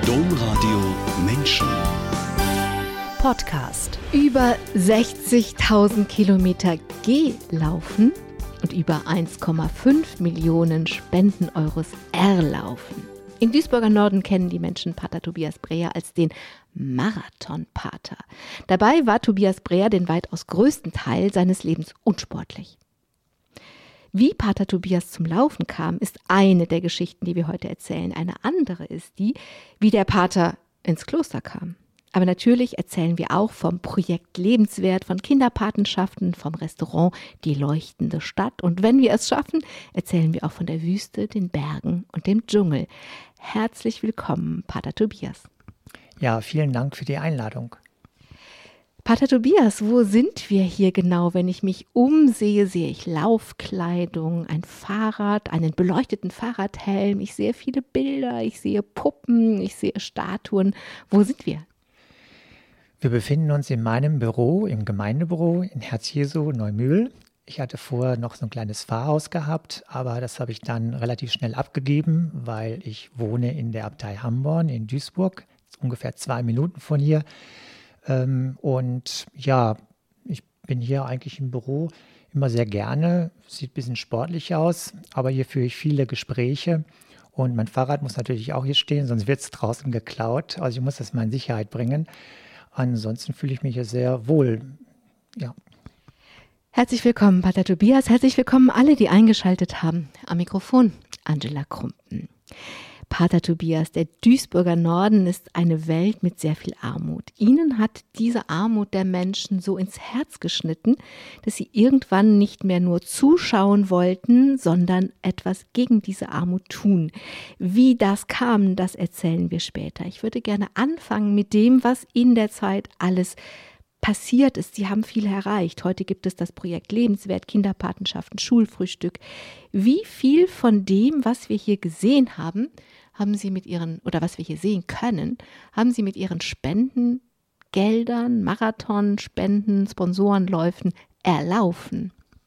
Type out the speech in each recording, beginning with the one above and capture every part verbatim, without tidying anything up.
Domradio Menschen Podcast. Über sechzigtausend Kilometer gelaufen und über eins Komma fünf Millionen Spenden-Euros erlaufen. Im Duisburger Norden kennen die Menschen Pater Tobias Breher als den Marathonpater. Dabei war Tobias Breher den weitaus größten Teil seines Lebens unsportlich. Wie Pater Tobias zum Laufen kam, ist eine der Geschichten, die wir heute erzählen. Eine andere ist die, wie der Pater ins Kloster kam. Aber natürlich erzählen wir auch vom Projekt Lebenswert, von Kinderpatenschaften, vom Restaurant Die leuchtende Stadt. Und wenn wir es schaffen, erzählen wir auch von der Wüste, den Bergen und dem Dschungel. Herzlich willkommen, Pater Tobias. Ja, vielen Dank für die Einladung. Pater Tobias, wo sind wir hier genau? Wenn ich mich umsehe, sehe ich Laufkleidung, ein Fahrrad, einen beleuchteten Fahrradhelm. Ich sehe viele Bilder, ich sehe Puppen, ich sehe Statuen. Wo sind wir? Wir befinden uns in meinem Büro, im Gemeindebüro in Herz-Jesu, Neumühl. Ich hatte vorher noch so ein kleines Pfarrhaus gehabt, aber das habe ich dann relativ schnell abgegeben, weil ich wohne in der Abtei Hamborn in Duisburg, ungefähr zwei Minuten von hier. Und ja, ich bin hier eigentlich im Büro immer sehr gerne, sieht ein bisschen sportlich aus, aber hier führe ich viele Gespräche und mein Fahrrad muss natürlich auch hier stehen, sonst wird es draußen geklaut, also ich muss das mal in Sicherheit bringen. Ansonsten fühle ich mich hier sehr wohl, ja. Herzlich willkommen, Pater Tobias, herzlich willkommen alle, die eingeschaltet haben. Am Mikrofon Angela Krumpen. Pater Tobias, der Duisburger Norden ist eine Welt mit sehr viel Armut. Ihnen hat diese Armut der Menschen so ins Herz geschnitten, dass Sie irgendwann nicht mehr nur zuschauen wollten, sondern etwas gegen diese Armut tun. Wie das kam, das erzählen wir später. Ich würde gerne anfangen mit dem, was in der Zeit alles passiert ist. Sie haben viel erreicht. Heute gibt es das Projekt Lebenswert, Kinderpatenschaften, Schulfrühstück. Wie viel von dem, was wir hier gesehen haben, haben Sie mit Ihren, oder was wir hier sehen können, haben Sie mit Ihren Spenden, Geldern, Marathon, Spenden, Sponsorenläufen erlaufen?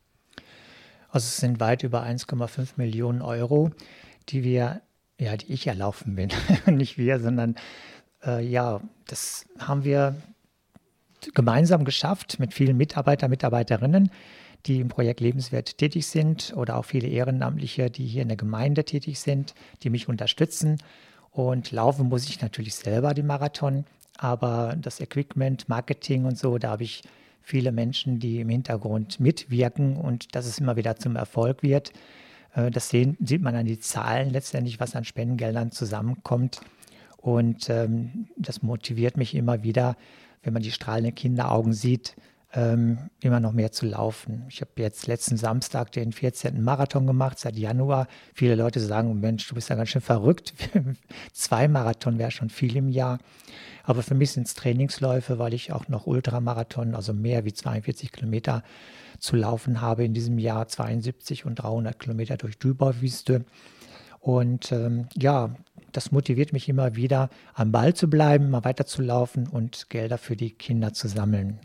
Also es sind weit über eins Komma fünf Millionen Euro, die wir, ja, die ich erlaufen bin. Nicht wir, sondern äh, ja, das haben wir gemeinsam geschafft mit vielen Mitarbeiter, Mitarbeiterinnen, die im Projekt Lebenswert tätig sind oder auch viele Ehrenamtliche, die hier in der Gemeinde tätig sind, die mich unterstützen. Und laufen muss ich natürlich selber den Marathon, aber das Equipment, Marketing und so, da habe ich viele Menschen, die im Hintergrund mitwirken und dass es immer wieder zum Erfolg wird. Das sehen, sieht man an die Zahlen letztendlich, was an Spendengeldern zusammenkommt. Und ähm, das motiviert mich immer wieder, wenn man die strahlenden Kinderaugen sieht, ähm, immer noch mehr zu laufen. Ich habe jetzt letzten Samstag den vierzehnten Marathon gemacht, seit Januar. Viele Leute sagen, Mensch, du bist ja ganz schön verrückt. Zwei Marathon wäre schon viel im Jahr. Aber für mich sind es Trainingsläufe, weil ich auch noch Ultramarathon, also mehr wie zweiundvierzig Kilometer zu laufen habe in diesem Jahr, zweiundsiebzig und dreihundert Kilometer durch Dübauwüste. Und ähm, ja, das motiviert mich immer wieder, am Ball zu bleiben, mal weiterzulaufen und Gelder für die Kinder zu sammeln.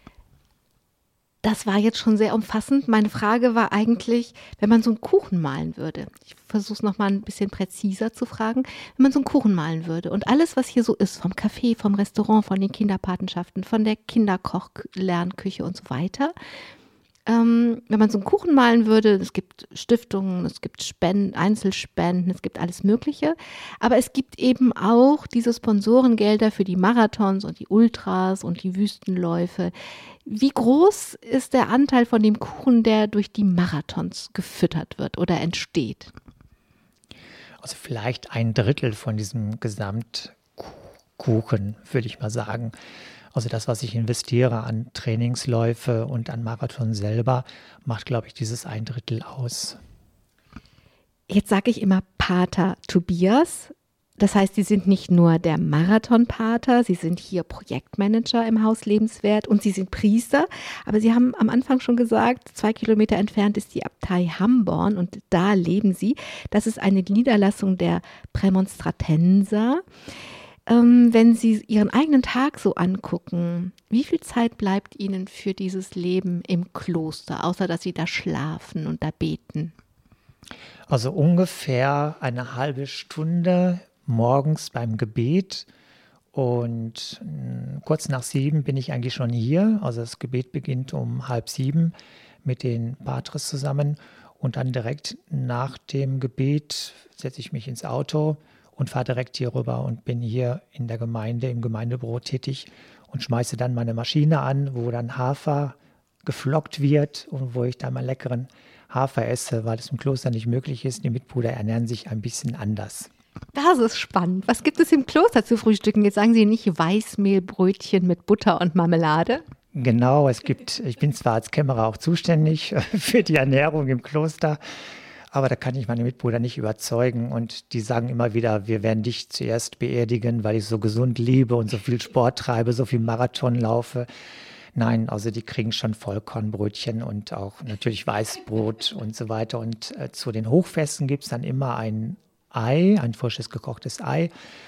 Das war jetzt schon sehr umfassend. Meine Frage war eigentlich, wenn man so einen Kuchen malen würde. Ich versuche es nochmal ein bisschen präziser zu fragen. Wenn man so einen Kuchen malen würde und alles, was hier so ist, vom Café, vom Restaurant, von den Kinderpatenschaften, von der Kinderkoch-Lernküche und so weiter, Ähm, wenn man so einen Kuchen malen würde, es gibt Stiftungen, es gibt Spenden, Einzelspenden, es gibt alles Mögliche, aber es gibt eben auch diese Sponsorengelder für die Marathons und die Ultras und die Wüstenläufe. Wie groß ist der Anteil von dem Kuchen, der durch die Marathons gefüttert wird oder entsteht? Also vielleicht ein Drittel von diesem Gesamtkuchen, würde ich mal sagen. Also das, was ich investiere an Trainingsläufe und an Marathon selber, macht, glaube ich, dieses ein Drittel aus. Jetzt sage ich immer Pater Tobias. Das heißt, Sie sind nicht nur der Marathonpater, Sie sind hier Projektmanager im Haus Lebenswert und Sie sind Priester. Aber Sie haben am Anfang schon gesagt, zwei Kilometer entfernt ist die Abtei Hamborn und da leben Sie. Das ist eine Niederlassung der Prämonstratenser. Ähm, wenn Sie Ihren eigenen Tag so angucken, wie viel Zeit bleibt Ihnen für dieses Leben im Kloster, außer dass Sie da schlafen und da beten? Also ungefähr eine halbe Stunde morgens beim Gebet und mh, kurz nach sieben bin ich eigentlich schon hier. Also das Gebet beginnt um halb sieben mit den Patres zusammen und dann direkt nach dem Gebet setze ich mich ins Auto und fahre direkt hier rüber und bin hier in der Gemeinde, im Gemeindebüro tätig und schmeiße dann meine Maschine an, wo dann Hafer geflockt wird und wo ich dann mal leckeren Hafer esse, weil es im Kloster nicht möglich ist. Die Mitbrüder ernähren sich ein bisschen anders. Das ist spannend. Was gibt es im Kloster zu frühstücken? Jetzt sagen Sie nicht Weißmehlbrötchen mit Butter und Marmelade? Genau, es gibt, ich bin zwar als Kämmerer auch zuständig für die Ernährung im Kloster, aber da kann ich meine Mitbrüder nicht überzeugen und die sagen immer wieder, wir werden dich zuerst beerdigen, weil ich so gesund lebe und so viel Sport treibe, so viel Marathon laufe. Nein, also die kriegen schon Vollkornbrötchen und auch natürlich Weißbrot und so weiter. Und äh, zu den Hochfesten gibt es dann immer ein Ei, ein frisches gekochtes Ei.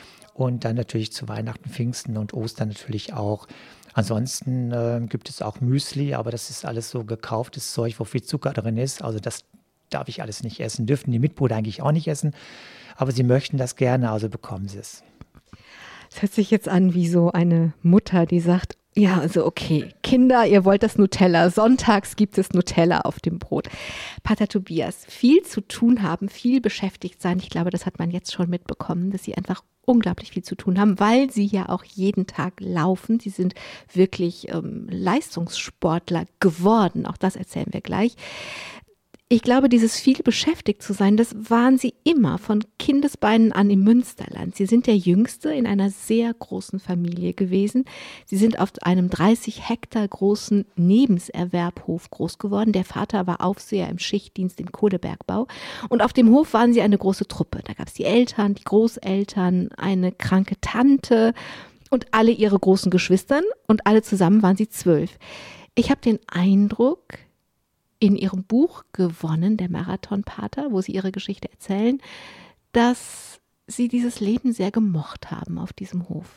Und dann natürlich zu Weihnachten, Pfingsten und Ostern natürlich auch. Ansonsten äh, gibt es auch Müsli, aber das ist alles so gekauftes Zeug, wo viel Zucker drin ist. Also das darf ich alles nicht essen. Dürften die Mitbrüder eigentlich auch nicht essen. Aber sie möchten das gerne, also bekommen sie es. Das hört sich jetzt an wie so eine Mutter, die sagt, ja, also okay, Kinder, ihr wollt das Nutella. Sonntags gibt es Nutella auf dem Brot. Pater Tobias, viel zu tun haben, viel beschäftigt sein. Ich glaube, das hat man jetzt schon mitbekommen, dass Sie einfach unglaublich viel zu tun haben, weil Sie ja auch jeden Tag laufen. Sie sind wirklich ähm, Leistungssportler geworden. Auch das erzählen wir gleich. Ich glaube, dieses viel beschäftigt zu sein, das waren Sie immer von Kindesbeinen an im Münsterland. Sie sind der Jüngste in einer sehr großen Familie gewesen. Sie sind auf einem dreißig Hektar großen Nebenserwerbhof groß geworden. Der Vater war Aufseher im Schichtdienst im Kohlebergbau. Und auf dem Hof waren Sie eine große Truppe. Da gab es die Eltern, die Großeltern, eine kranke Tante und alle ihre großen Geschwistern. Und alle zusammen waren Sie zwölf. Ich habe den Eindruck, in Ihrem Buch Gewonnen, der Marathonpater, wo Sie Ihre Geschichte erzählen, dass Sie dieses Leben sehr gemocht haben auf diesem Hof.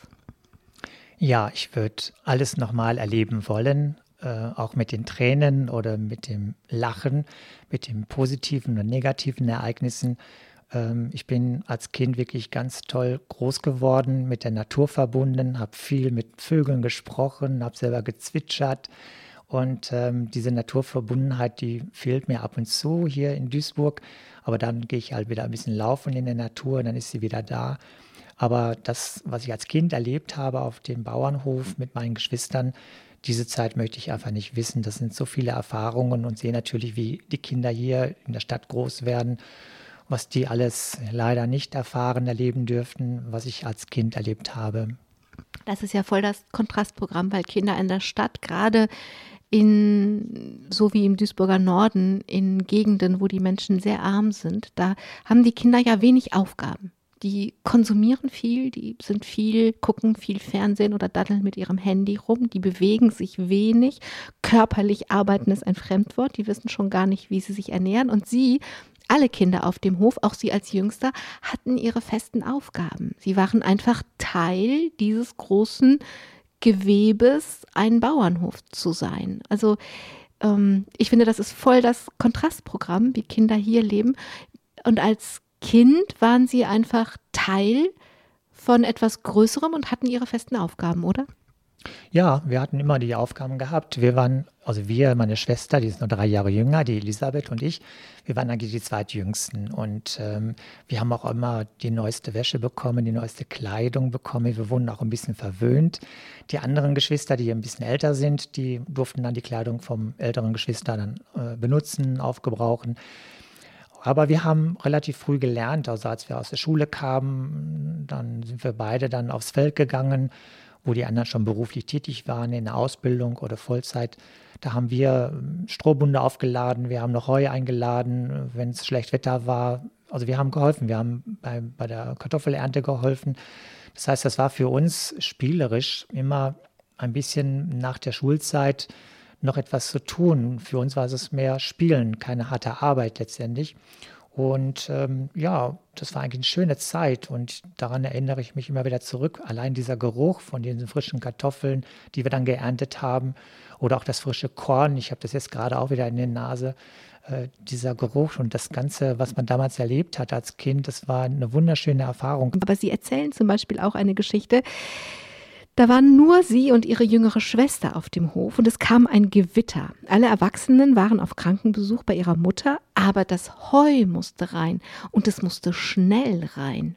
Ja, ich würde alles nochmal erleben wollen, äh, auch mit den Tränen oder mit dem Lachen, mit den positiven und negativen Ereignissen. Ähm, ich bin als Kind wirklich ganz toll groß geworden, mit der Natur verbunden, habe viel mit Vögeln gesprochen, habe selber gezwitschert. Und ähm, diese Naturverbundenheit, die fehlt mir ab und zu hier in Duisburg. Aber dann gehe ich halt wieder ein bisschen laufen in der Natur, dann ist sie wieder da. Aber das, was ich als Kind erlebt habe auf dem Bauernhof mit meinen Geschwistern, diese Zeit möchte ich einfach nicht wissen. Das sind so viele Erfahrungen und sehe natürlich, wie die Kinder hier in der Stadt groß werden, was die alles leider nicht erfahren, erleben dürften, was ich als Kind erlebt habe. Das ist ja voll das Kontrastprogramm, weil Kinder in der Stadt gerade in, so wie im Duisburger Norden, in Gegenden, wo die Menschen sehr arm sind, da haben die Kinder ja wenig Aufgaben. Die konsumieren viel, die sind viel, gucken viel Fernsehen oder daddeln mit ihrem Handy rum, die bewegen sich wenig. Körperlich arbeiten ist ein Fremdwort, die wissen schon gar nicht, wie sie sich ernähren. Und sie, alle Kinder auf dem Hof, auch Sie als Jüngster, hatten ihre festen Aufgaben. Sie waren einfach Teil dieses großen Gewebes, ein Bauernhof zu sein. Also ähm, ich finde, das ist voll das Kontrastprogramm, wie Kinder hier leben. Und als Kind waren Sie einfach Teil von etwas Größerem und hatten Ihre festen Aufgaben, oder? Ja, wir hatten immer die Aufgaben gehabt. Wir waren, also wir, meine Schwester, die ist nur drei Jahre jünger, die Elisabeth und ich, wir waren eigentlich die zweitjüngsten. Und ähm, wir haben auch immer die neueste Wäsche bekommen, die neueste Kleidung bekommen. Wir wurden auch ein bisschen verwöhnt. Die anderen Geschwister, die ein bisschen älter sind, die durften dann die Kleidung vom älteren Geschwister dann äh, benutzen, aufgebrauchen. Aber wir haben relativ früh gelernt, also als wir aus der Schule kamen, dann sind wir beide dann aufs Feld gegangen, wo die anderen schon beruflich tätig waren, in der Ausbildung oder Vollzeit. Da haben wir Strohbunde aufgeladen, wir haben noch Heu eingeladen, wenn es schlecht Wetter war. Also wir haben geholfen, wir haben bei, bei der Kartoffelernte geholfen. Das heißt, das war für uns spielerisch immer ein bisschen nach der Schulzeit noch etwas zu tun. Für uns war es mehr Spielen, keine harte Arbeit letztendlich. Und ähm, ja, das war eigentlich eine schöne Zeit und daran erinnere ich mich immer wieder zurück. Allein dieser Geruch von diesen frischen Kartoffeln, die wir dann geerntet haben oder auch das frische Korn, ich habe das jetzt gerade auch wieder in der Nase, äh, dieser Geruch und das Ganze, was man damals erlebt hat als Kind, das war eine wunderschöne Erfahrung. Aber Sie erzählen zum Beispiel auch eine Geschichte. Da waren nur Sie und Ihre jüngere Schwester auf dem Hof und es kam ein Gewitter. Alle Erwachsenen waren auf Krankenbesuch bei ihrer Mutter, aber das Heu musste rein und es musste schnell rein.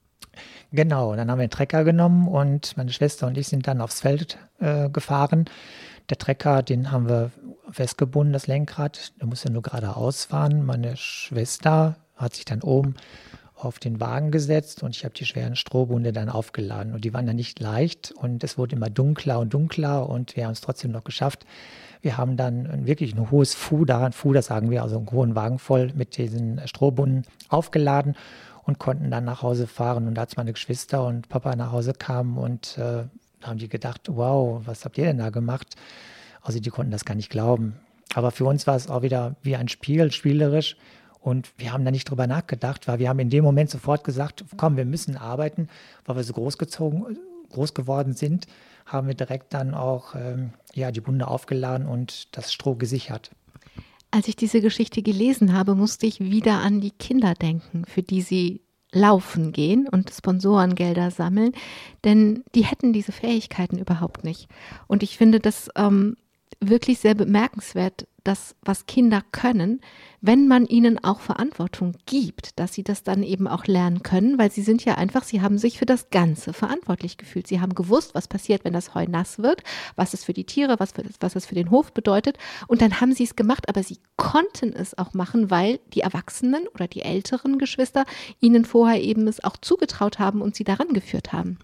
Genau, dann haben wir den Trecker genommen und meine Schwester und ich sind dann aufs Feld äh, gefahren. Der Trecker, den haben wir festgebunden, das Lenkrad, der musste nur geradeaus fahren. Meine Schwester hat sich dann oben auf den Wagen gesetzt und ich habe die schweren Strohbunde dann aufgeladen. Und die waren dann nicht leicht und es wurde immer dunkler und dunkler und wir haben es trotzdem noch geschafft. Wir haben dann wirklich ein hohes Fuder, ein Fuder sagen wir, also einen hohen Wagen voll mit diesen Strohbunden aufgeladen und konnten dann nach Hause fahren. Und als meine Geschwister und Papa nach Hause kamen und äh, haben die gedacht, wow, was habt ihr denn da gemacht? Also die konnten das gar nicht glauben. Aber für uns war es auch wieder wie ein Spiel, spielerisch. Und wir haben da nicht drüber nachgedacht, weil wir haben in dem Moment sofort gesagt, komm, wir müssen arbeiten, weil wir so großgezogen, groß geworden sind, haben wir direkt dann auch ähm, ja, die Bunde aufgeladen und das Stroh gesichert. Als ich diese Geschichte gelesen habe, musste ich wieder an die Kinder denken, für die Sie laufen gehen und Sponsorengelder sammeln, denn die hätten diese Fähigkeiten überhaupt nicht. Und ich finde das ähm, wirklich sehr bemerkenswert, das, was Kinder können, wenn man ihnen auch Verantwortung gibt, dass sie das dann eben auch lernen können, weil sie sind ja einfach, sie haben sich für das Ganze verantwortlich gefühlt. Sie haben gewusst, was passiert, wenn das Heu nass wird, was es für die Tiere, was, was es für den Hof bedeutet. Und dann haben sie es gemacht, aber sie konnten es auch machen, weil die Erwachsenen oder die älteren Geschwister ihnen vorher eben es auch zugetraut haben und sie daran geführt haben.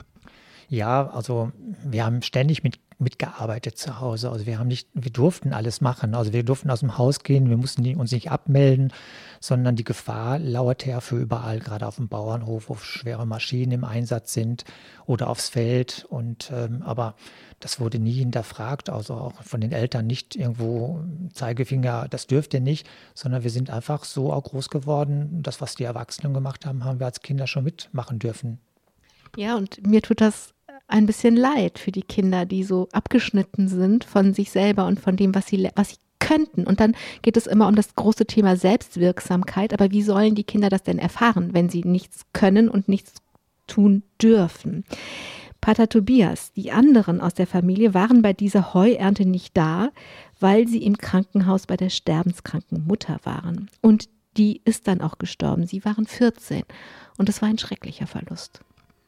Ja, also wir haben ständig mit, mitgearbeitet zu Hause. Also wir haben nicht, wir durften alles machen. Also wir durften aus dem Haus gehen, wir mussten die, uns nicht abmelden, sondern die Gefahr lauerte ja für überall, gerade auf dem Bauernhof, wo schwere Maschinen im Einsatz sind oder aufs Feld. Und ähm, aber das wurde nie hinterfragt, also auch von den Eltern nicht irgendwo Zeigefinger, das dürft ihr nicht, sondern wir sind einfach so auch groß geworden. Das, was die Erwachsenen gemacht haben, haben wir als Kinder schon mitmachen dürfen. Ja, und mir tut das ein bisschen leid für die Kinder, die so abgeschnitten sind von sich selber und von dem, was sie, was sie könnten. Und dann geht es immer um das große Thema Selbstwirksamkeit. Aber wie sollen die Kinder das denn erfahren, wenn sie nichts können und nichts tun dürfen? Pater Tobias, die anderen aus der Familie waren bei dieser Heuernte nicht da, weil sie im Krankenhaus bei der sterbenskranken Mutter waren. Und die ist dann auch gestorben. Sie waren vierzehn. Und das war ein schrecklicher Verlust.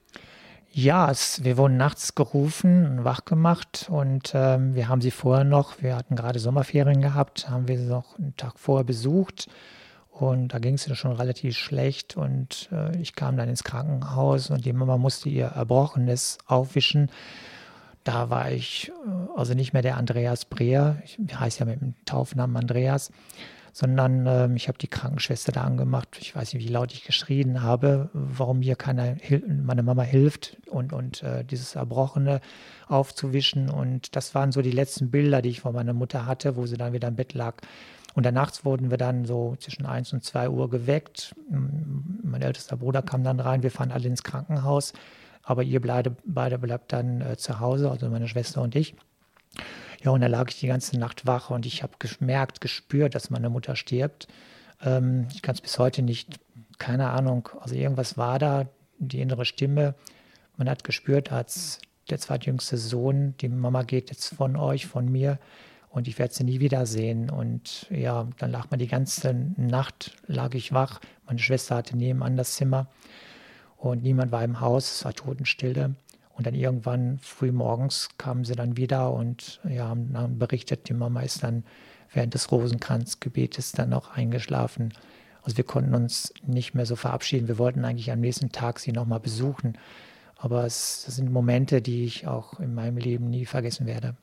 Ja, es, wir wurden nachts gerufen, wach gemacht und ähm, wir haben sie vorher noch, wir hatten gerade Sommerferien gehabt, haben wir sie noch einen Tag vorher besucht und da ging es ihr schon relativ schlecht und äh, ich kam dann ins Krankenhaus und die Mama musste ihr Erbrochenes aufwischen. Da war ich äh, also nicht mehr der Andreas Breer, ich heiße ja mit dem Taufnamen Andreas, sondern äh, ich habe die Krankenschwester da angemacht. Ich weiß nicht, wie laut ich geschrien habe, warum mir keiner, meine Mama hilft und, und äh, dieses Erbrochene aufzuwischen. Und das waren so die letzten Bilder, die ich von meiner Mutter hatte, wo sie dann wieder im Bett lag. Und nachts wurden wir dann so zwischen eins und zwei Uhr geweckt. Mein ältester Bruder kam dann rein, wir fahren alle ins Krankenhaus. Aber ihr beide, beide bleibt dann äh, zu Hause, also meine Schwester und ich. Ja, und da lag ich die ganze Nacht wach und ich habe gemerkt, gespürt, dass meine Mutter stirbt. Ähm, ich kann es bis heute nicht, keine Ahnung, also irgendwas war da, die innere Stimme. Man hat gespürt, als der zweitjüngste Sohn, die Mama geht jetzt von euch, von mir und ich werde sie nie wiedersehen. Und ja, dann lag man die ganze Nacht, lag ich wach. Meine Schwester hatte nebenan das Zimmer und niemand war im Haus, es war Totenstille. Und dann irgendwann früh morgens kamen sie dann wieder und ja, haben dann berichtet, die Mama ist dann während des Rosenkranzgebetes dann auch eingeschlafen. Also wir konnten uns nicht mehr so verabschieden. Wir wollten eigentlich am nächsten Tag sie nochmal besuchen. Aber es, das sind Momente, die ich auch in meinem Leben nie vergessen werde.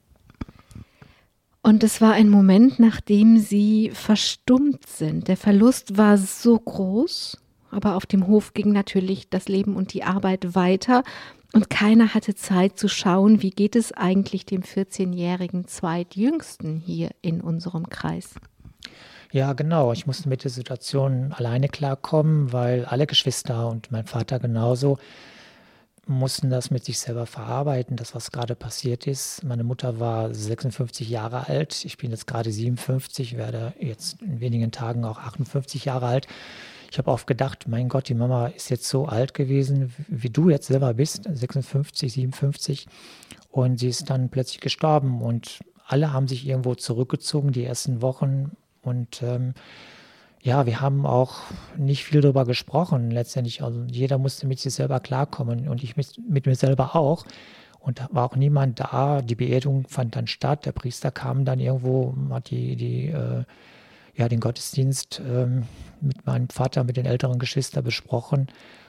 Und es war ein Moment, nachdem sie verstummt sind. Der Verlust war so groß, aber auf dem Hof ging natürlich das Leben und die Arbeit weiter. Und keiner hatte Zeit zu schauen, wie geht es eigentlich dem vierzehnjährigen Zweitjüngsten hier in unserem Kreis. Ja, genau. Ich musste mit der Situation alleine klarkommen, weil alle Geschwister und mein Vater genauso mussten das mit sich selber verarbeiten, das, was gerade passiert ist. Meine Mutter war sechsundfünfzig Jahre alt. Ich bin jetzt gerade siebenundfünfzig, werde jetzt in wenigen Tagen auch achtundfünfzig Jahre alt. Ich habe oft gedacht, mein Gott, die Mama ist jetzt so alt gewesen, wie du jetzt selber bist, sechsundfünfzig, siebenundfünfzig. Und sie ist dann plötzlich gestorben. Und alle haben sich irgendwo zurückgezogen, die ersten Wochen. Und ähm, ja, wir haben auch nicht viel darüber gesprochen letztendlich. Also jeder musste mit sich selber klarkommen und ich mit, mit mir selber auch. Und da war auch niemand da. Die Beerdigung fand dann statt. Der Priester kam dann irgendwo, hat die, die, äh, ja, den Gottesdienst ähm, mit meinem Vater, mit den älteren Geschwistern besprochen.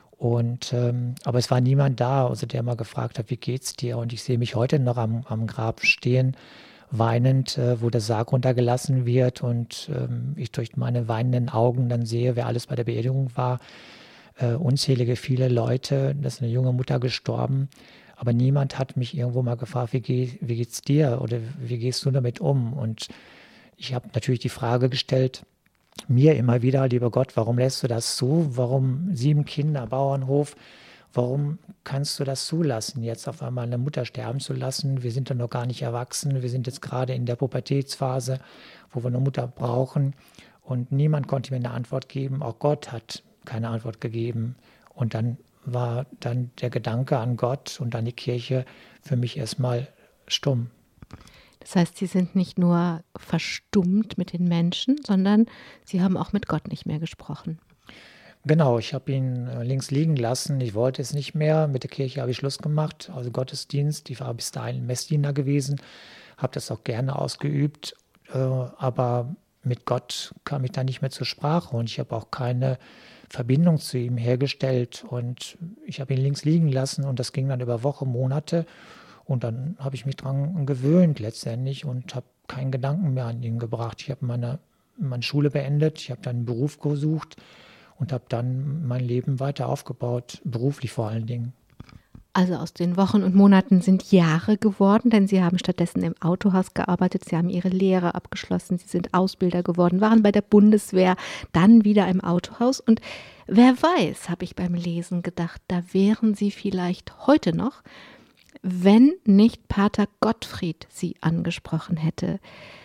Und, ähm, aber es war niemand da, also der mal gefragt hat, wie geht's dir? Und ich sehe mich heute noch am, am Grab stehen, weinend, äh, wo der Sarg runtergelassen wird und ähm, ich durch meine weinenden Augen dann sehe, wer alles bei der Beerdigung war. Äh, unzählige, viele Leute, da ist eine junge Mutter gestorben, aber niemand hat mich irgendwo mal gefragt, wie, geh, wie geht's dir oder wie gehst du damit um? Und ich habe natürlich die Frage gestellt, mir immer wieder, lieber Gott, warum lässt du das zu? Warum sieben Kinder, Bauernhof? Warum kannst du das zulassen, jetzt auf einmal eine Mutter sterben zu lassen? Wir sind doch noch gar nicht erwachsen. Wir sind jetzt gerade in der Pubertätsphase, wo wir eine Mutter brauchen. Und niemand konnte mir eine Antwort geben. Auch Gott hat keine Antwort gegeben. Und dann war dann der Gedanke an Gott und an die Kirche für mich erstmal stumm. Das heißt, Sie sind nicht nur verstummt mit den Menschen, sondern Sie haben auch mit Gott nicht mehr gesprochen. Genau, ich habe ihn äh, links liegen lassen. Ich wollte es nicht mehr. Mit der Kirche habe ich Schluss gemacht. Also Gottesdienst. Ich war bis dahin Messdiener gewesen, habe das auch gerne ausgeübt. Äh, aber mit Gott kam ich da nicht mehr zur Sprache und ich habe auch keine Verbindung zu ihm hergestellt. Und ich habe ihn links liegen lassen und das ging dann über Wochen, Monate. Und dann habe ich mich daran gewöhnt letztendlich und habe keinen Gedanken mehr an ihn gebracht. Ich habe meine, meine Schule beendet, ich habe dann einen Beruf gesucht und habe dann mein Leben weiter aufgebaut, beruflich vor allen Dingen. Also aus den Wochen und Monaten sind Jahre geworden, denn Sie haben stattdessen im Autohaus gearbeitet, Sie haben Ihre Lehre abgeschlossen, Sie sind Ausbilder geworden, waren bei der Bundeswehr, dann wieder im Autohaus. Und wer weiß, habe ich beim Lesen gedacht, da wären Sie vielleicht heute noch, wenn nicht Pater Gottfried Sie angesprochen hätte.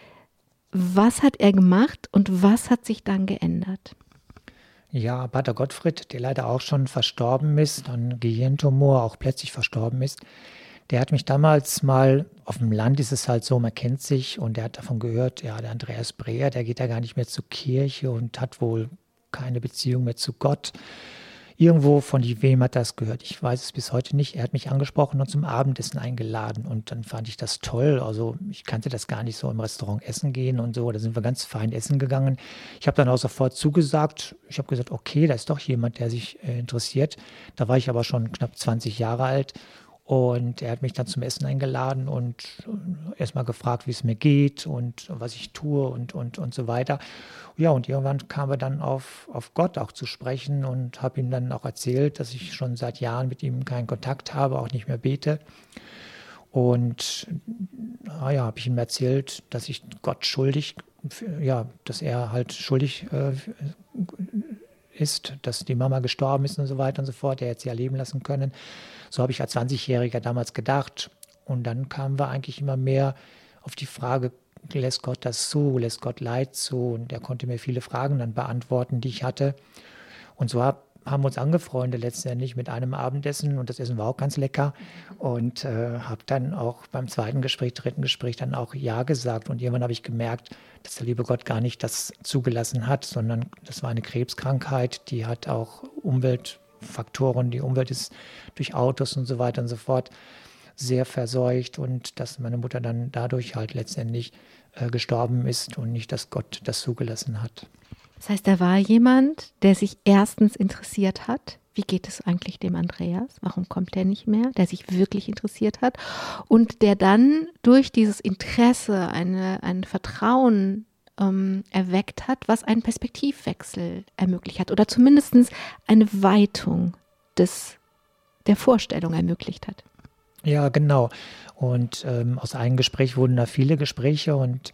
Was hat er gemacht und was hat sich dann geändert? Ja, Pater Gottfried, der leider auch schon verstorben ist, an Gehirntumor auch plötzlich verstorben ist, der hat mich damals mal, auf dem Land ist es halt so, man kennt sich und der hat davon gehört, ja, der Andreas Breher, der geht ja gar nicht mehr zur Kirche und hat wohl keine Beziehung mehr zu Gott. Irgendwo von wem hat das gehört? Ich weiß es bis heute nicht. Er hat mich angesprochen und zum Abendessen eingeladen und dann fand ich das toll. Also ich kannte das gar nicht so im Restaurant essen gehen und so. Da sind wir ganz fein essen gegangen. Ich habe dann auch sofort zugesagt. Ich habe gesagt, okay, da ist doch jemand, der sich äh, interessiert. Da war ich aber schon knapp zwanzig Jahre alt. Und er hat mich dann zum Essen eingeladen und erstmal gefragt, wie es mir geht und was ich tue und, und, und so weiter. Ja, und irgendwann kamen wir dann auf, auf Gott auch zu sprechen und habe ihm dann auch erzählt, dass ich schon seit Jahren mit ihm keinen Kontakt habe, auch nicht mehr bete. Und ah ja, habe ich ihm erzählt, dass ich Gott schuldig, ja, dass er halt schuldig äh, ist, dass die Mama gestorben ist und so weiter und so fort, er hätte sie ja leben lassen können. So habe ich als zwanzigjähriger damals gedacht. Und dann kamen wir eigentlich immer mehr auf die Frage, lässt Gott das zu, lässt Gott Leid zu? Und er konnte mir viele Fragen dann beantworten, die ich hatte. Und so hab, haben wir uns angefreundet letztendlich mit einem Abendessen und das Essen war auch ganz lecker. Und äh, habe dann auch beim zweiten Gespräch, dritten Gespräch dann auch Ja gesagt. Und irgendwann habe ich gemerkt, dass der liebe Gott gar nicht das zugelassen hat, sondern das war eine Krebskrankheit, die hat auch Umweltfaktoren, die Umwelt ist durch Autos und so weiter und so fort sehr verseucht und dass meine Mutter dann dadurch halt letztendlich äh, gestorben ist und nicht, dass Gott das zugelassen hat. Das heißt, da war jemand, der sich erstens interessiert hat, wie geht es eigentlich dem Andreas, warum kommt er nicht mehr, der sich wirklich interessiert hat und der dann durch dieses Interesse eine, ein Vertrauen ähm, erweckt hat, was einen Perspektivwechsel ermöglicht hat oder zumindest eine Weitung des, der Vorstellung ermöglicht hat. Ja, genau. Und ähm, aus einem Gespräch wurden da viele Gespräche und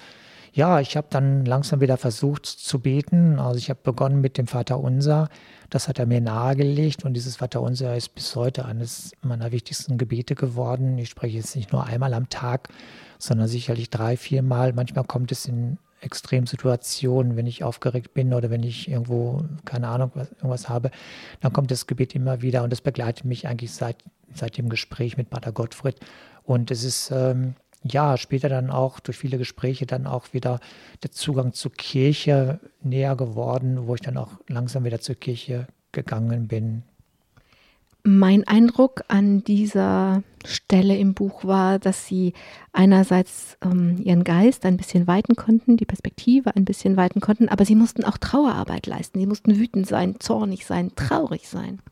Ja, ich habe dann langsam wieder versucht zu beten. Also ich habe begonnen mit dem Vaterunser. Das hat er mir nahegelegt und dieses Vaterunser ist bis heute eines meiner wichtigsten Gebete geworden. Ich spreche jetzt nicht nur einmal am Tag, sondern sicherlich drei, viermal. Manchmal kommt es in Extremsituationen, wenn ich aufgeregt bin oder wenn ich irgendwo, keine Ahnung, was, irgendwas habe, dann kommt das Gebet immer wieder und das begleitet mich eigentlich seit, seit dem Gespräch mit Pater Gottfried. Und es ist ähm, ja später dann auch durch viele Gespräche dann auch wieder der Zugang zur Kirche näher geworden, wo ich dann auch langsam wieder zur Kirche gegangen bin. Mein Eindruck an dieser Stelle im Buch war, dass Sie einerseits ähm, Ihren Geist ein bisschen weiten konnten, die Perspektive ein bisschen weiten konnten, aber Sie mussten auch Trauerarbeit leisten. Sie mussten wütend sein, zornig sein, traurig sein.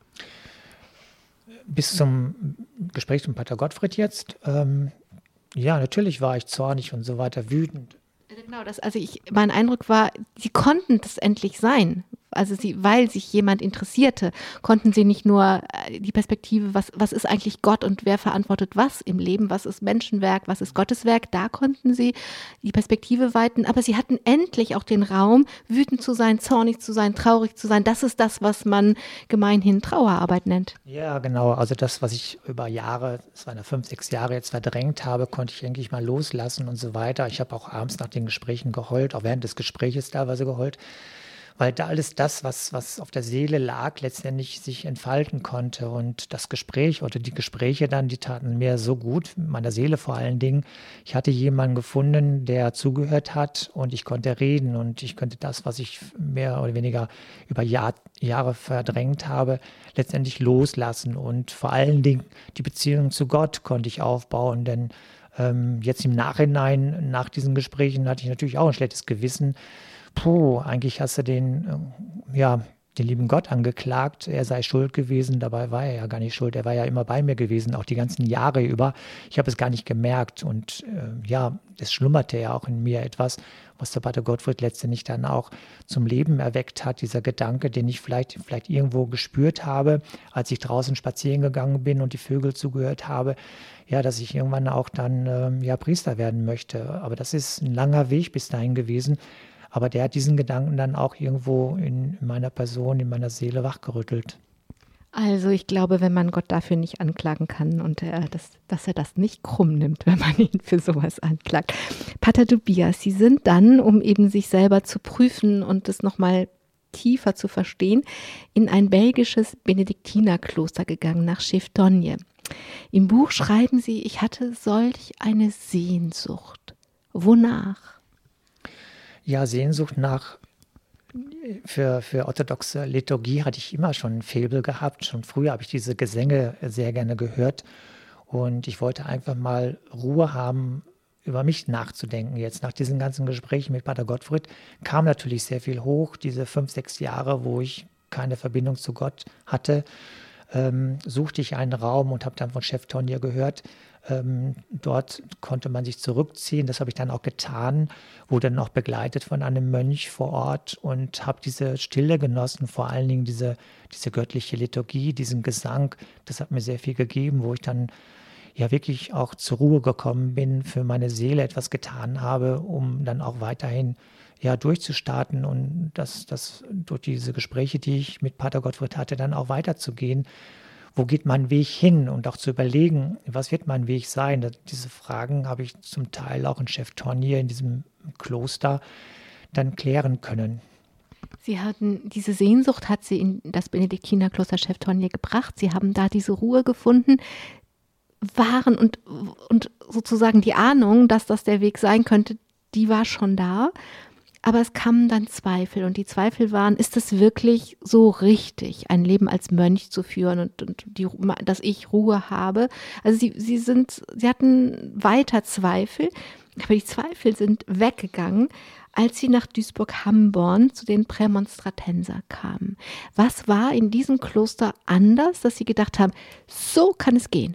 Bis zum Gespräch mit Pater Gottfried jetzt, ähm, ja, natürlich war ich zornig und so weiter, wütend. Genau, das, also ich, mein Eindruck war, Sie konnten das endlich sein. Also sie, weil sich jemand interessierte, konnten sie nicht nur die Perspektive, was, was ist eigentlich Gott und wer verantwortet was im Leben, was ist Menschenwerk, was ist Gottes Werk, da konnten sie die Perspektive weiten, aber sie hatten endlich auch den Raum, wütend zu sein, zornig zu sein, traurig zu sein. Das ist das, was man gemeinhin Trauerarbeit nennt. Ja, genau. Also das, was ich über Jahre, es waren ja fünf, sechs Jahre jetzt verdrängt habe, konnte ich endlich mal loslassen und so weiter. Ich habe auch abends nach den Gesprächen geheult, auch während des Gespräches teilweise geheult, weil da alles das, was, was auf der Seele lag, letztendlich sich entfalten konnte. Und das Gespräch oder die Gespräche dann, die taten mir so gut, meiner Seele vor allen Dingen. Ich hatte jemanden gefunden, der zugehört hat und ich konnte reden und ich konnte das, was ich mehr oder weniger über Jahr, Jahre verdrängt habe, letztendlich loslassen. Und vor allen Dingen die Beziehung zu Gott konnte ich aufbauen, denn ähm, jetzt im Nachhinein, nach diesen Gesprächen, hatte ich natürlich auch ein schlechtes Gewissen. Puh, eigentlich hast du den, ja, den lieben Gott angeklagt, er sei schuld gewesen, dabei war er ja gar nicht schuld, er war ja immer bei mir gewesen, auch die ganzen Jahre über. Ich habe es gar nicht gemerkt und äh, ja, es schlummerte ja auch in mir etwas, was der Pater Gottfried letztendlich dann auch zum Leben erweckt hat, dieser Gedanke, den ich vielleicht, vielleicht irgendwo gespürt habe, als ich draußen spazieren gegangen bin und die Vögel zugehört habe, ja, dass ich irgendwann auch dann äh, ja, Priester werden möchte. Aber das ist ein langer Weg bis dahin gewesen. Aber der hat diesen Gedanken dann auch irgendwo in meiner Person, in meiner Seele wachgerüttelt. Also ich glaube, wenn man Gott dafür nicht anklagen kann und er das, dass er das nicht krumm nimmt, wenn man ihn für sowas anklagt. Pater Tobias, Sie sind dann, um eben sich selber zu prüfen und es nochmal tiefer zu verstehen, in ein belgisches Benediktinerkloster gegangen, nach Cheftonje. Im Buch schreiben Sie, ich hatte solch eine Sehnsucht. Wonach? Ja, Sehnsucht nach, für, für orthodoxe Liturgie hatte ich immer schon ein Faible gehabt. Schon früher habe ich diese Gesänge sehr gerne gehört. Und ich wollte einfach mal Ruhe haben, über mich nachzudenken. Jetzt nach diesen ganzen Gesprächen mit Pater Gottfried kam natürlich sehr viel hoch. Diese fünf, sechs Jahre, wo ich keine Verbindung zu Gott hatte, ähm, suchte ich einen Raum und habe dann von Cheftonje gehört. Ähm, dort konnte man sich zurückziehen, das habe ich dann auch getan, wurde dann auch begleitet von einem Mönch vor Ort und habe diese Stille genossen, vor allen Dingen diese, diese göttliche Liturgie, diesen Gesang, das hat mir sehr viel gegeben, wo ich dann ja wirklich auch zur Ruhe gekommen bin, für meine Seele etwas getan habe, um dann auch weiterhin ja durchzustarten und das, das durch diese Gespräche, die ich mit Pater Gottfried hatte, dann auch weiterzugehen. Wo geht mein Weg hin und auch zu überlegen, was wird mein Weg sein? Das, diese Fragen habe ich zum Teil auch in Cheftonje, in diesem Kloster, dann klären können. Sie hatten, diese Sehnsucht hat Sie in das Benediktinerkloster Cheftonje gebracht. Sie haben da diese Ruhe gefunden, waren und, und sozusagen die Ahnung, dass das der Weg sein könnte, die war schon da. Aber es kamen dann Zweifel und die Zweifel waren, ist es wirklich so richtig, ein Leben als Mönch zu führen und, und die, dass ich Ruhe habe? Also sie, sie sind, sie hatten weiter Zweifel, aber die Zweifel sind weggegangen, als sie nach Duisburg-Hamborn zu den Prämonstratenser kamen. Was war in diesem Kloster anders, dass sie gedacht haben, so kann es gehen?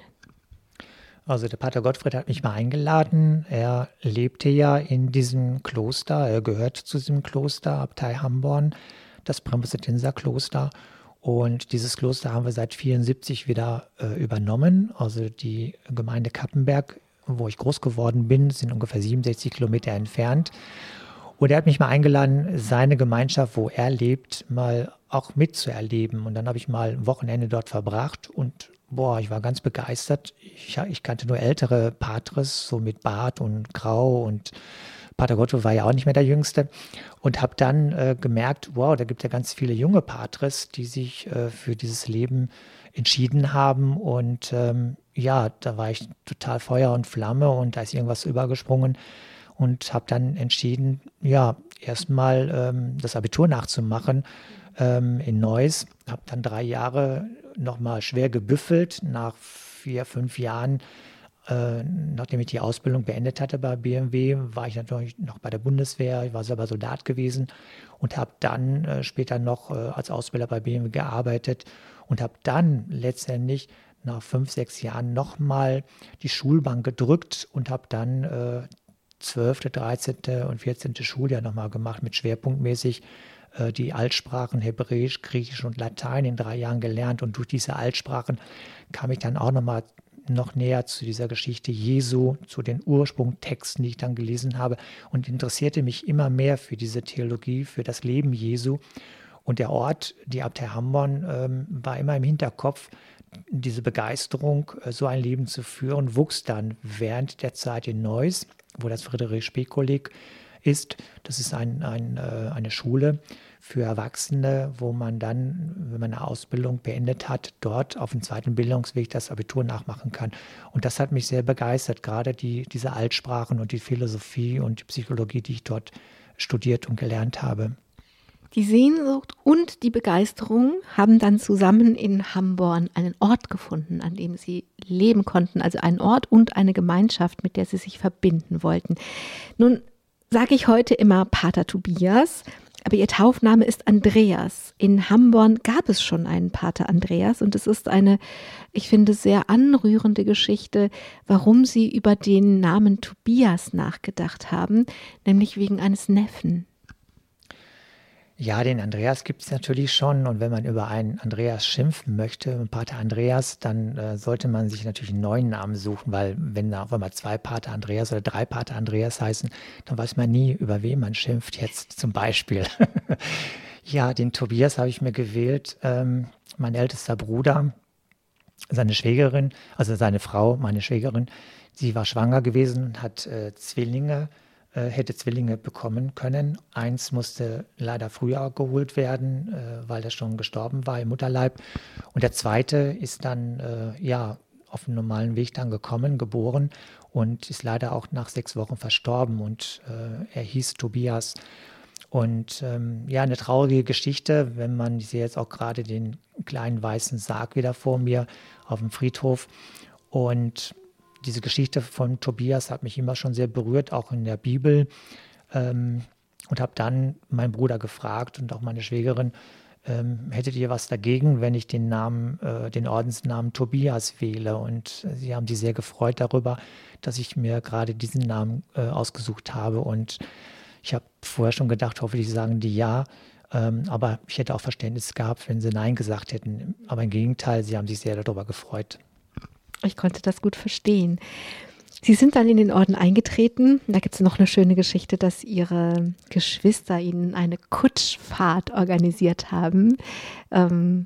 Also der Pater Gottfried hat mich mal eingeladen. Er lebte ja in diesem Kloster, er gehört zu diesem Kloster, Abtei Hamborn, das Prämonstratenserkloster. Und dieses Kloster haben wir seit vierundsiebzig wieder äh, übernommen. Also die Gemeinde Kappenberg wo ich groß geworden bin, das sind ungefähr siebenundsechzig Kilometer entfernt. Und er hat mich mal eingeladen, seine Gemeinschaft, wo er lebt, mal auch mitzuerleben. Und dann habe ich mal ein Wochenende dort verbracht und boah, ich war ganz begeistert. Ich, ich kannte nur ältere Patres, so mit Bart und Grau, und Pater Gotto war ja auch nicht mehr der Jüngste, und habe dann äh, gemerkt, wow, da gibt es ja ganz viele junge Patres, die sich äh, für dieses Leben entschieden haben, und ähm, ja, da war ich total Feuer und Flamme und da ist irgendwas übergesprungen und habe dann entschieden, ja, erstmal ähm, das Abitur nachzumachen ähm, in Neuss. Habe dann drei Jahre nochmal schwer gebüffelt. Nach vier, fünf Jahren, äh, nachdem ich die Ausbildung beendet hatte bei B M W, war ich natürlich noch bei der Bundeswehr. Ich war selber Soldat gewesen und habe dann äh, später noch äh, als Ausbilder bei B M W gearbeitet und habe dann letztendlich nach fünf, sechs Jahren nochmal die Schulbank gedrückt und habe dann äh, zwölfte, dreizehnte und vierzehnte Schuljahr nochmal gemacht, mit schwerpunktmäßig äh, die Altsprachen Hebräisch, Griechisch und Latein in drei Jahren gelernt. Und durch diese Altsprachen kam ich dann auch nochmal noch näher zu dieser Geschichte Jesu, zu den Ursprungtexten, die ich dann gelesen habe, und interessierte mich immer mehr für diese Theologie, für das Leben Jesu. Und der Ort, die Abtei Hamborn, ähm, war immer im Hinterkopf. Diese Begeisterung, so ein Leben zu führen, wuchs dann während der Zeit in Neuss, wo das Friedrich-Spee-Kolleg ist. Das ist ein, ein, eine Schule für Erwachsene, wo man dann, wenn man eine Ausbildung beendet hat, dort auf dem zweiten Bildungsweg das Abitur nachmachen kann. Und das hat mich sehr begeistert, gerade die, diese Altsprachen und die Philosophie und die Psychologie, die ich dort studiert und gelernt habe. Die Sehnsucht und die Begeisterung haben dann zusammen in Hamborn einen Ort gefunden, an dem sie leben konnten. Also einen Ort und eine Gemeinschaft, mit der sie sich verbinden wollten. Nun sage ich heute immer Pater Tobias, aber ihr Taufname ist Andreas. In Hamborn gab es schon einen Pater Andreas und es ist eine, ich finde, sehr anrührende Geschichte, warum sie über den Namen Tobias nachgedacht haben, nämlich wegen eines Neffen. Ja, den Andreas gibt es natürlich schon, und wenn man über einen Andreas schimpfen möchte, Pater Andreas, dann äh, sollte man sich natürlich einen neuen Namen suchen, weil wenn da auf einmal zwei Pater Andreas oder drei Pater Andreas heißen, dann weiß man nie, über wen man schimpft jetzt zum Beispiel. Ja, den Tobias habe ich mir gewählt, ähm, mein ältester Bruder, seine Schwägerin, also seine Frau, meine Schwägerin, sie war schwanger gewesen und hat äh, Zwillinge hätte Zwillinge bekommen können. Eins musste leider früher geholt werden, äh, weil er schon gestorben war im Mutterleib. Und der zweite ist dann äh, ja auf dem normalen Weg dann gekommen, geboren, und ist leider auch nach sechs Wochen verstorben. Und äh, er hieß Tobias. Und ähm, ja, eine traurige Geschichte, wenn man, ich sehe jetzt auch gerade den kleinen weißen Sarg wieder vor mir auf dem Friedhof. Und diese Geschichte von Tobias hat mich immer schon sehr berührt, auch in der Bibel. Ähm, und habe dann meinen Bruder gefragt und auch meine Schwägerin, ähm, hättet ihr was dagegen, wenn ich den Namen, äh, den Ordensnamen Tobias wähle? Und äh, sie haben sich sehr gefreut darüber, dass ich mir gerade diesen Namen äh, ausgesucht habe. Und ich habe vorher schon gedacht, hoffentlich sagen die ja. Ähm, aber ich hätte auch Verständnis gehabt, wenn sie Nein gesagt hätten. Aber im Gegenteil, sie haben sich sehr darüber gefreut. Ich konnte das gut verstehen. Sie sind dann in den Orden eingetreten. Da gibt es noch eine schöne Geschichte, dass Ihre Geschwister Ihnen eine Kutschfahrt organisiert haben. Ähm,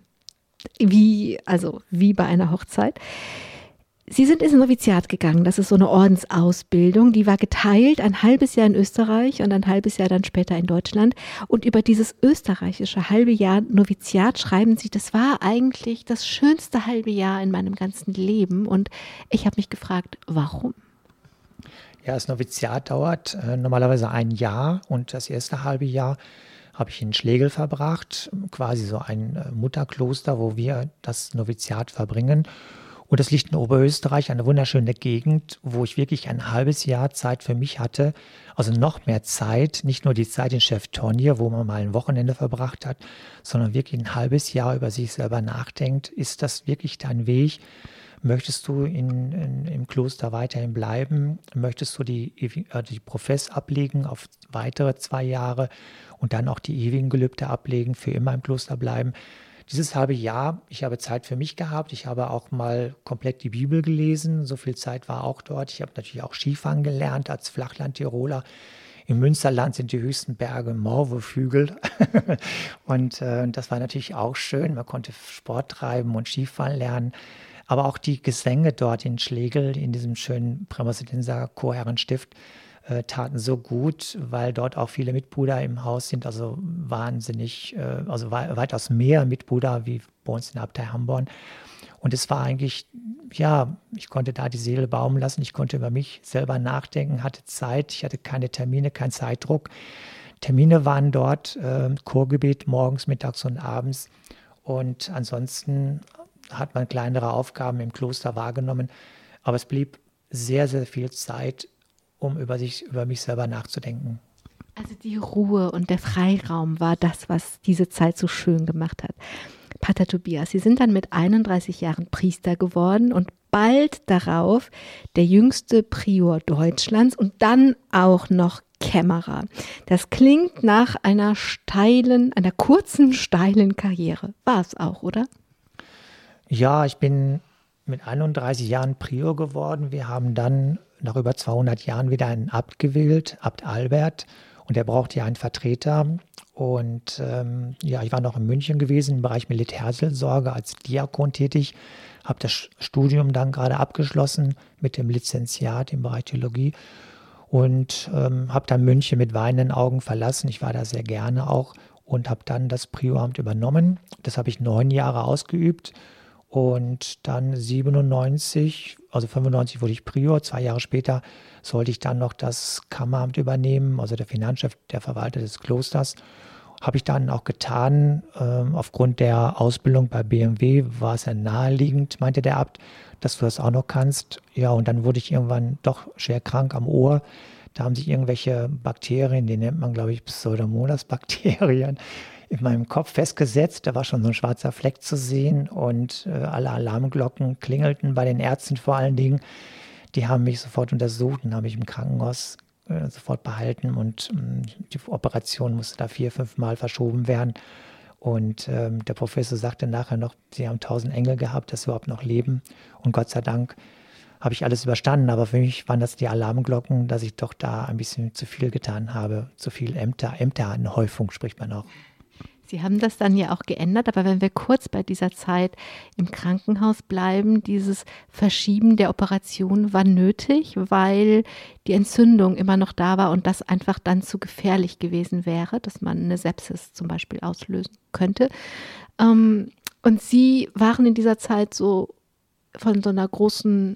wie, also wie bei einer Hochzeit. Sie sind ins Noviziat gegangen. Das ist so eine Ordensausbildung. Die war geteilt, ein halbes Jahr in Österreich und ein halbes Jahr dann später in Deutschland. Und über dieses österreichische halbe Jahr Noviziat schreiben Sie, das war eigentlich das schönste halbe Jahr in meinem ganzen Leben. Und ich habe mich gefragt, warum? Ja, das Noviziat dauert äh, normalerweise ein Jahr, und das erste halbe Jahr habe ich in Schlegel verbracht, quasi so ein äh, Mutterkloster, wo wir das Noviziat verbringen. Und das liegt in Oberösterreich, eine wunderschöne Gegend, wo ich wirklich ein halbes Jahr Zeit für mich hatte. Also noch mehr Zeit, nicht nur die Zeit in Cheftonje, wo man mal ein Wochenende verbracht hat, sondern wirklich ein halbes Jahr über sich selber nachdenkt. Ist das wirklich dein Weg? Möchtest du in, in, im Kloster weiterhin bleiben? Möchtest du die, äh, die Profess ablegen auf weitere zwei Jahre und dann auch die ewigen Gelübde ablegen, für immer im Kloster bleiben? dieses halbe Jahr, ich habe Zeit für mich gehabt. Ich habe auch mal komplett die Bibel gelesen. So viel Zeit war auch dort. Ich habe natürlich auch Skifahren gelernt als Flachland-Tiroler. Im Münsterland sind die höchsten Berge Maulwurfhügel. Und äh, das war natürlich auch schön. Man konnte Sport treiben und Skifahren lernen. Aber auch die Gesänge dort in Schlegel, in diesem schönen Prämosidenser Chorherrenstift, äh, taten so gut, weil dort auch viele Mitbrüder im Haus sind. Also wahnsinnig, äh, also wei- weitaus mehr Mitbrüder wie bei uns in der Abtei Hamborn. Und es war eigentlich, ja, ich konnte da die Seele baumeln lassen. Ich konnte über mich selber nachdenken, hatte Zeit. Ich hatte keine Termine, keinen Zeitdruck. Termine waren dort, äh, Chorgebet morgens, mittags und abends. Und ansonsten hat man kleinere Aufgaben im Kloster wahrgenommen. Aber es blieb sehr, sehr viel Zeit, um über sich, über mich selber nachzudenken. Also die Ruhe und der Freiraum war das, was diese Zeit so schön gemacht hat. Pater Tobias, Sie sind dann mit einunddreißig Jahren Priester geworden und bald darauf der jüngste Prior Deutschlands und dann auch noch Kämmerer. Das klingt nach einer steilen, einer kurzen, steilen Karriere. War es auch, oder? Ja, ich bin mit einunddreißig Jahren Prior geworden. Wir haben dann nach über zweihundert Jahren wieder einen Abt gewählt, Abt Albert. Und der brauchte ja einen Vertreter. Und ähm, ja, ich war noch in München gewesen, im Bereich Militärseelsorge als Diakon tätig, habe das Studium dann gerade abgeschlossen mit dem Lizenziat im Bereich Theologie und ähm, habe dann München mit weinenden Augen verlassen. Ich war da sehr gerne auch und habe dann das Prioramt übernommen. Das habe ich neun Jahre ausgeübt und dann siebenundneunzig, also fünfundneunzig wurde ich Prior, zwei Jahre später sollte ich dann noch das Kammeramt übernehmen, also der Finanzchef, der Verwalter des Klosters. Habe ich dann auch getan. Ähm, aufgrund der Ausbildung bei B M W war es ja naheliegend, meinte der Abt, dass du das auch noch kannst. Ja, und dann wurde ich irgendwann doch schwer krank am Ohr. Da haben sich irgendwelche Bakterien, die nennt man, glaube ich, Pseudomonas-Bakterien, in meinem Kopf festgesetzt. Da war schon so ein schwarzer Fleck zu sehen und äh, alle Alarmglocken klingelten bei den Ärzten vor allen Dingen. Die haben mich sofort untersucht und haben mich im Krankenhaus äh, sofort behalten und ähm, die Operation musste da vier, fünf Mal verschoben werden. Und ähm, der Professor sagte nachher noch, sie haben tausend Engel gehabt, dass sie überhaupt noch leben. Und Gott sei Dank habe ich alles überstanden. Aber für mich waren das die Alarmglocken, dass ich doch da ein bisschen zu viel getan habe. Zu viel Ämter, Ämteranhäufung spricht man auch. Sie haben das dann ja auch geändert, aber wenn wir kurz bei dieser Zeit im Krankenhaus bleiben, dieses Verschieben der Operation war nötig, weil die Entzündung immer noch da war und das einfach dann zu gefährlich gewesen wäre, dass man eine Sepsis zum Beispiel auslösen könnte. Und Sie waren in dieser Zeit so von so einer großen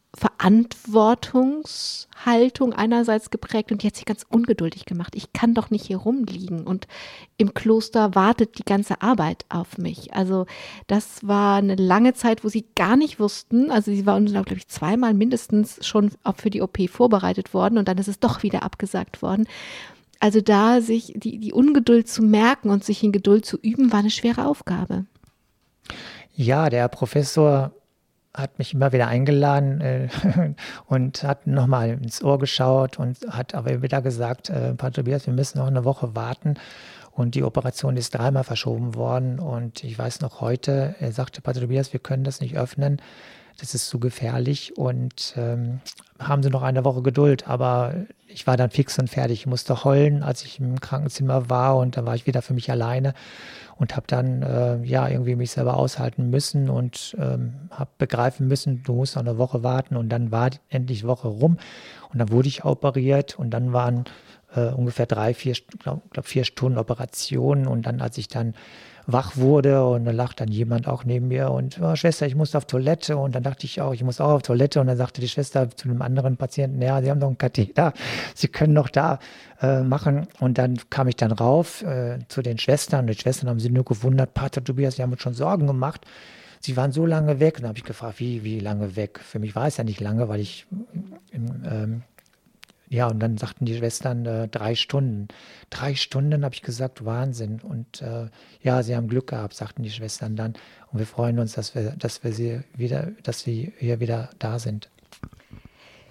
Verantwortungshaltung einerseits geprägt und die hat sich ganz ungeduldig gemacht. Ich kann doch nicht hier rumliegen und im Kloster wartet die ganze Arbeit auf mich. Also das war eine lange Zeit, wo sie gar nicht wussten, also sie waren, glaube ich, zweimal mindestens schon für die O P vorbereitet worden und dann ist es doch wieder abgesagt worden. Also da sich die, die Ungeduld zu merken und sich in Geduld zu üben, war eine schwere Aufgabe. Ja, der Professor hat mich immer wieder eingeladen äh, und hat nochmal ins Ohr geschaut und hat aber wieder gesagt, äh, Pater Tobias, wir müssen noch eine Woche warten und die Operation ist dreimal verschoben worden und ich weiß noch heute, er sagte, Pater Tobias, wir können das nicht öffnen, das ist zu gefährlich und ähm, haben Sie noch eine Woche Geduld, aber ich war dann fix und fertig, ich musste heulen, als ich im Krankenzimmer war und da war ich wieder für mich alleine und habe dann äh, ja irgendwie mich selber aushalten müssen und ähm, habe begreifen müssen, du musst noch eine Woche warten und dann war endlich die Woche rum und dann wurde ich operiert und dann waren äh, ungefähr drei, vier, glaube glaub vier Stunden Operation und dann, als ich dann wach wurde und dann lag dann jemand auch neben mir und oh, Schwester, ich muss auf Toilette und dann dachte ich auch, ich muss auch auf Toilette und dann sagte die Schwester zu einem anderen Patienten, ja, Sie haben doch einen Katheter, Sie können doch da äh, machen und dann kam ich dann rauf äh, zu den Schwestern und die Schwestern haben sich nur gewundert, Pater Tobias, Sie haben uns schon Sorgen gemacht, Sie waren so lange weg und dann habe ich gefragt, wie, wie lange weg? Für mich war es ja nicht lange, weil ich im ähm, ja, und dann sagten die Schwestern äh, drei Stunden. Drei Stunden, habe ich gesagt, Wahnsinn. Und äh, ja, sie haben Glück gehabt, sagten die Schwestern dann. Und wir freuen uns, dass wir, dass wir sie wieder, dass sie hier wieder da sind.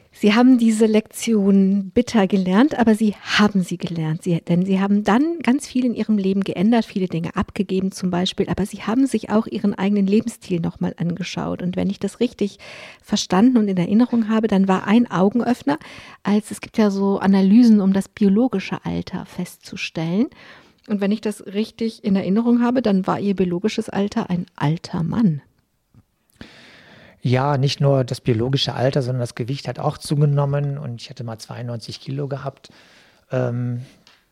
Sie haben diese Lektion bitter gelernt, aber Sie haben sie gelernt. Sie, denn Sie haben dann ganz viel in Ihrem Leben geändert, viele Dinge abgegeben zum Beispiel, aber Sie haben sich auch Ihren eigenen Lebensstil nochmal angeschaut. Und wenn ich das richtig verstanden und in Erinnerung habe, dann war ein Augenöffner, als es gibt ja so Analysen, um das biologische Alter festzustellen. Und wenn ich das richtig in Erinnerung habe, dann war Ihr biologisches Alter ein alter Mann. Ja, nicht nur das biologische Alter, sondern das Gewicht hat auch zugenommen und ich hatte mal zweiundneunzig Kilo gehabt ähm,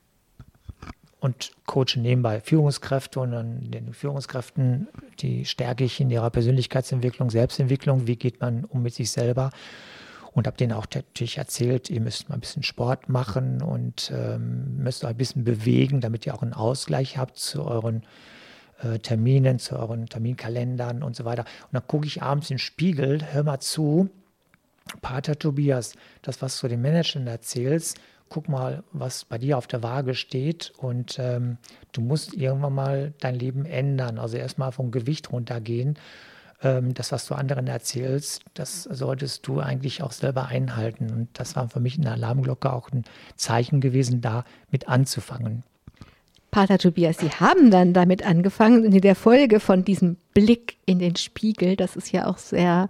und coache nebenbei Führungskräfte und an den Führungskräften, die stärke ich in ihrer Persönlichkeitsentwicklung, Selbstentwicklung, wie geht man um mit sich selber und habe denen auch natürlich erzählt, ihr müsst mal ein bisschen Sport machen und ähm, müsst euch ein bisschen bewegen, damit ihr auch einen Ausgleich habt zu euren Terminen, zu euren Terminkalendern und so weiter. Und dann gucke ich abends in den Spiegel, hör mal zu, Pater Tobias, das, was du den Managern erzählst, guck mal, was bei dir auf der Waage steht und ähm, du musst irgendwann mal dein Leben ändern. Also erstmal vom Gewicht runtergehen. Ähm, das, was du anderen erzählst, das solltest du eigentlich auch selber einhalten. Und das war für mich eine Alarmglocke, auch ein Zeichen gewesen, da mit anzufangen. Pater Tobias, Sie haben dann damit angefangen, in der Folge von diesem Blick in den Spiegel, das ist ja auch sehr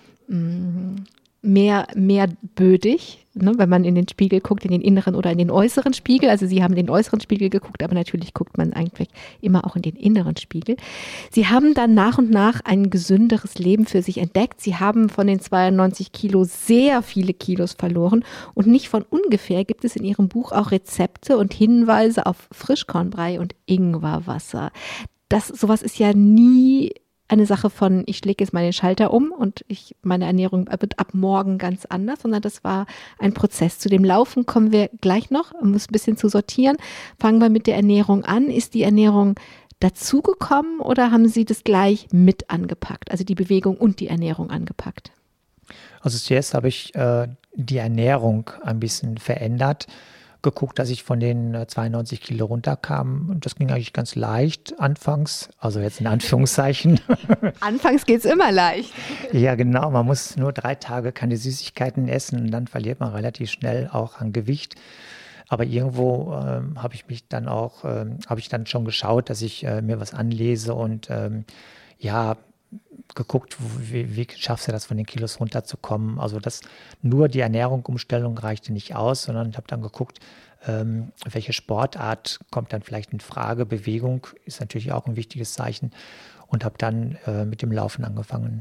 mh, mehr, mehrbödig, ne, wenn man in den Spiegel guckt, in den inneren oder in den äußeren Spiegel. Also Sie haben den äußeren Spiegel geguckt, aber natürlich guckt man eigentlich immer auch in den inneren Spiegel. Sie haben dann nach und nach ein gesünderes Leben für sich entdeckt. Sie haben von den zweiundneunzig Kilo sehr viele Kilos verloren und nicht von ungefähr gibt es in Ihrem Buch auch Rezepte und Hinweise auf Frischkornbrei und Ingwerwasser. Das, sowas ist ja nie eine Sache von, ich lege jetzt mal den Schalter um und ich, meine Ernährung wird ab morgen ganz anders, sondern das war ein Prozess. Zu dem Laufen kommen wir gleich noch, um es ein bisschen zu sortieren. Fangen wir mit der Ernährung an. Ist die Ernährung dazugekommen oder haben Sie das gleich mit angepackt, also die Bewegung und die Ernährung angepackt? Also zuerst habe ich äh, die Ernährung ein bisschen verändert, geguckt, dass ich von den zweiundneunzig Kilo runterkam. Und das ging eigentlich ganz leicht anfangs, also jetzt in Anführungszeichen. Anfangs geht es immer leicht. Ja, genau. Man muss nur drei Tage keine Süßigkeiten essen und dann verliert man relativ schnell auch an Gewicht. Aber irgendwo ähm, habe ich mich dann auch, ähm, habe ich dann schon geschaut, dass ich äh, mir was anlese und ähm, ja, geguckt, wie, wie schaffst du das, von den Kilos runterzukommen. Also das, nur die Ernährung, Umstellung reichte nicht aus, sondern ich habe dann geguckt, ähm, welche Sportart kommt dann vielleicht in Frage. Bewegung ist natürlich auch ein wichtiges Zeichen und habe dann äh, mit dem Laufen angefangen.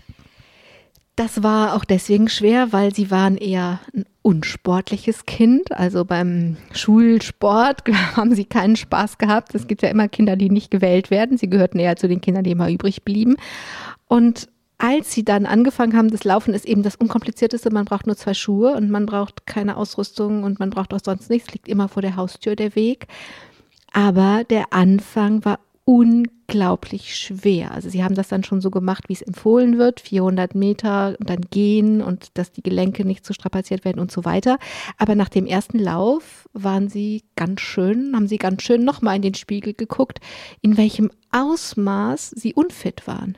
Das war auch deswegen schwer, weil Sie waren eher ein unsportliches Kind. Also beim Schulsport haben Sie keinen Spaß gehabt. Es gibt ja immer Kinder, die nicht gewählt werden. Sie gehörten eher zu den Kindern, die immer übrig blieben. Und als Sie dann angefangen haben, das Laufen ist eben das Unkomplizierteste. Man braucht nur zwei Schuhe und man braucht keine Ausrüstung und man braucht auch sonst nichts. Es liegt immer vor der Haustür der Weg. Aber der Anfang war unglaublich schwer. Also Sie haben das dann schon so gemacht, wie es empfohlen wird, vierhundert Meter und dann gehen und dass die Gelenke nicht zu strapaziert werden und so weiter. Aber nach dem ersten Lauf waren Sie ganz schön, haben Sie ganz schön nochmal in den Spiegel geguckt, in welchem Ausmaß Sie unfit waren.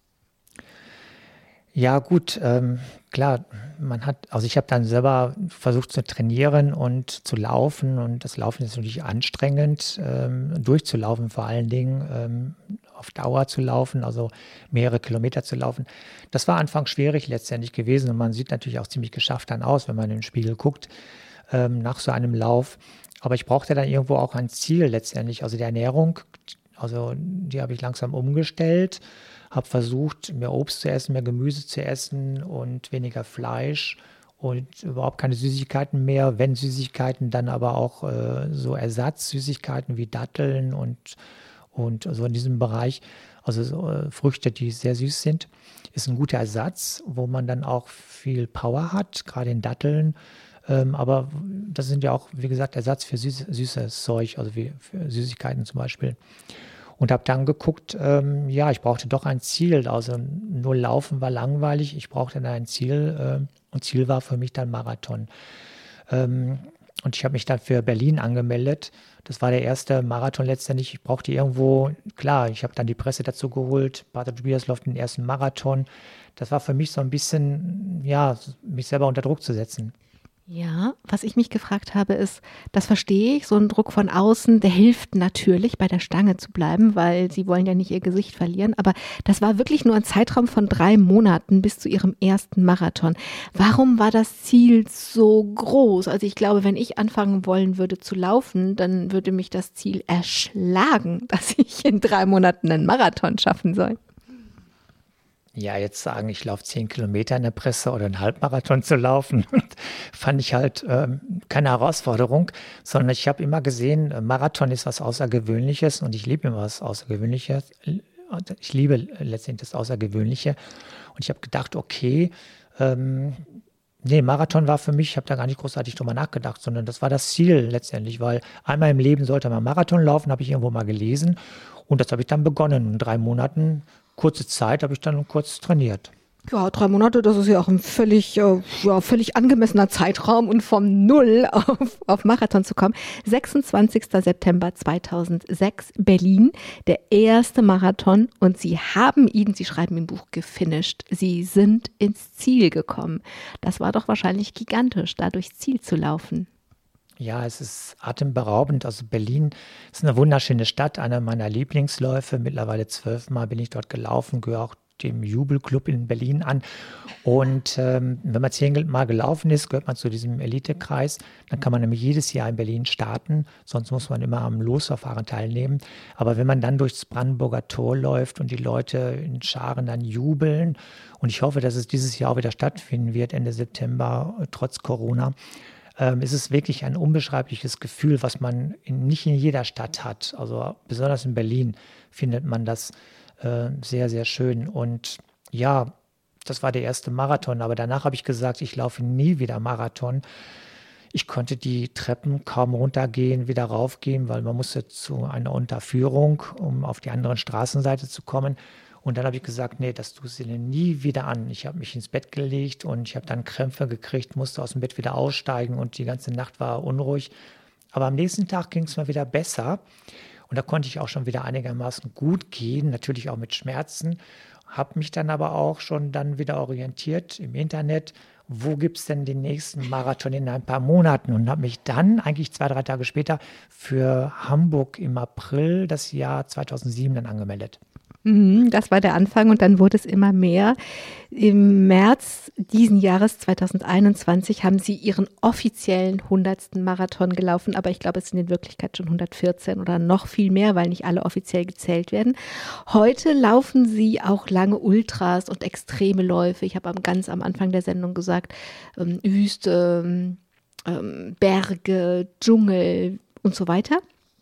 Ja gut, ähm, klar, man hat, also ich habe dann selber versucht zu trainieren und zu laufen und das Laufen ist natürlich anstrengend, ähm, durchzulaufen vor allen Dingen, ähm, auf Dauer zu laufen, also mehrere Kilometer zu laufen. Das war anfangs schwierig letztendlich gewesen und man sieht natürlich auch ziemlich geschafft dann aus, wenn man in den Spiegel guckt, ähm, nach so einem Lauf. Aber ich brauchte dann irgendwo auch ein Ziel letztendlich, also die Ernährung, also die habe ich langsam umgestellt. Habe versucht, mehr Obst zu essen, mehr Gemüse zu essen und weniger Fleisch und überhaupt keine Süßigkeiten mehr. Wenn Süßigkeiten, dann aber auch äh, so Ersatzsüßigkeiten wie Datteln und, und so in diesem Bereich. Also so, äh, Früchte, die sehr süß sind, ist ein guter Ersatz, wo man dann auch viel Power hat, gerade in Datteln. Ähm, aber das sind ja auch, wie gesagt, Ersatz für süß, süßes Zeug, also wie für Süßigkeiten zum Beispiel. Und habe dann geguckt, ähm, ja, ich brauchte doch ein Ziel. Also nur Laufen war langweilig. Ich brauchte dann ein Ziel. Äh, und Ziel war für mich dann Marathon. Ähm, und ich habe mich dann für Berlin angemeldet. Das war der erste Marathon letztendlich. Ich brauchte irgendwo, klar, ich habe dann die Presse dazu geholt. Pater Tobias läuft den ersten Marathon. Das war für mich so ein bisschen, ja, mich selber unter Druck zu setzen. Ja, was ich mich gefragt habe, ist, das verstehe ich, so ein Druck von außen, der hilft natürlich, bei der Stange zu bleiben, weil sie wollen ja nicht ihr Gesicht verlieren. Aber das war wirklich nur ein Zeitraum von drei Monaten bis zu ihrem ersten Marathon. Warum war das Ziel so groß? Also ich glaube, wenn ich anfangen wollen würde zu laufen, dann würde mich das Ziel erschlagen, dass ich in drei Monaten einen Marathon schaffen soll. Ja, jetzt sagen, ich laufe zehn Kilometer in der Presse oder einen Halbmarathon zu laufen, fand ich halt ähm, keine Herausforderung, sondern ich habe immer gesehen, Marathon ist was Außergewöhnliches und ich liebe immer was Außergewöhnliches. Ich liebe letztendlich das Außergewöhnliche und ich habe gedacht, okay, ähm, nee, Marathon war für mich, ich habe da gar nicht großartig drüber nachgedacht, sondern das war das Ziel letztendlich, weil einmal im Leben sollte man Marathon laufen, habe ich irgendwo mal gelesen und das habe ich dann begonnen in drei Monaten. Kurze Zeit habe ich dann kurz trainiert. Ja, drei Monate, das ist ja auch ein völlig, äh, ja, völlig angemessener Zeitraum und vom Null auf, auf Marathon zu kommen. sechsundzwanzigster September zweitausendsechs, Berlin, der erste Marathon und Sie haben ihn, Sie schreiben im Buch, gefinisht. Sie sind ins Ziel gekommen. Das war doch wahrscheinlich gigantisch, da durchs Ziel zu laufen. Ja, es ist atemberaubend. Also Berlin ist eine wunderschöne Stadt, einer meiner Lieblingsläufe. Mittlerweile zwölfmal bin ich dort gelaufen, gehöre auch dem Jubelclub in Berlin an. Und ähm, wenn man zehnmal gelaufen ist, gehört man zu diesem Elitekreis. Dann kann man nämlich jedes Jahr in Berlin starten. Sonst muss man immer am Losverfahren teilnehmen. Aber wenn man dann durchs Brandenburger Tor läuft und die Leute in Scharen dann jubeln, und ich hoffe, dass es dieses Jahr auch wieder stattfinden wird, Ende September, trotz Corona, Ähm, ist es wirklich ein unbeschreibliches Gefühl, was man in, nicht in jeder Stadt hat. Also besonders in Berlin findet man das äh, sehr, sehr schön. Und ja, das war der erste Marathon, aber danach habe ich gesagt, ich laufe nie wieder Marathon. Ich konnte die Treppen kaum runtergehen, wieder raufgehen, weil man musste zu einer Unterführung, um auf die andere Straßenseite zu kommen. Und dann habe ich gesagt, nee, das tust du dir nie wieder an. Ich habe mich ins Bett gelegt und ich habe dann Krämpfe gekriegt, musste aus dem Bett wieder aussteigen und die ganze Nacht war unruhig. Aber am nächsten Tag ging es mir wieder besser und da konnte ich auch schon wieder einigermaßen gut gehen, natürlich auch mit Schmerzen. Habe mich dann aber auch schon dann wieder orientiert im Internet, wo gibt es denn den nächsten Marathon in ein paar Monaten und habe mich dann eigentlich zwei, drei Tage später für Hamburg im April das Jahr zweitausendsieben dann angemeldet. Das war der Anfang und dann wurde es immer mehr. Im März diesen Jahres zweitausendeinundzwanzig haben Sie Ihren offiziellen hundertsten Marathon gelaufen, aber ich glaube, es sind in Wirklichkeit schon hundertvierzehn oder noch viel mehr, weil nicht alle offiziell gezählt werden. Heute laufen Sie auch lange Ultras und extreme Läufe. Ich habe ganz am Anfang der Sendung gesagt, ähm, Wüste, ähm, Berge, Dschungel und so weiter.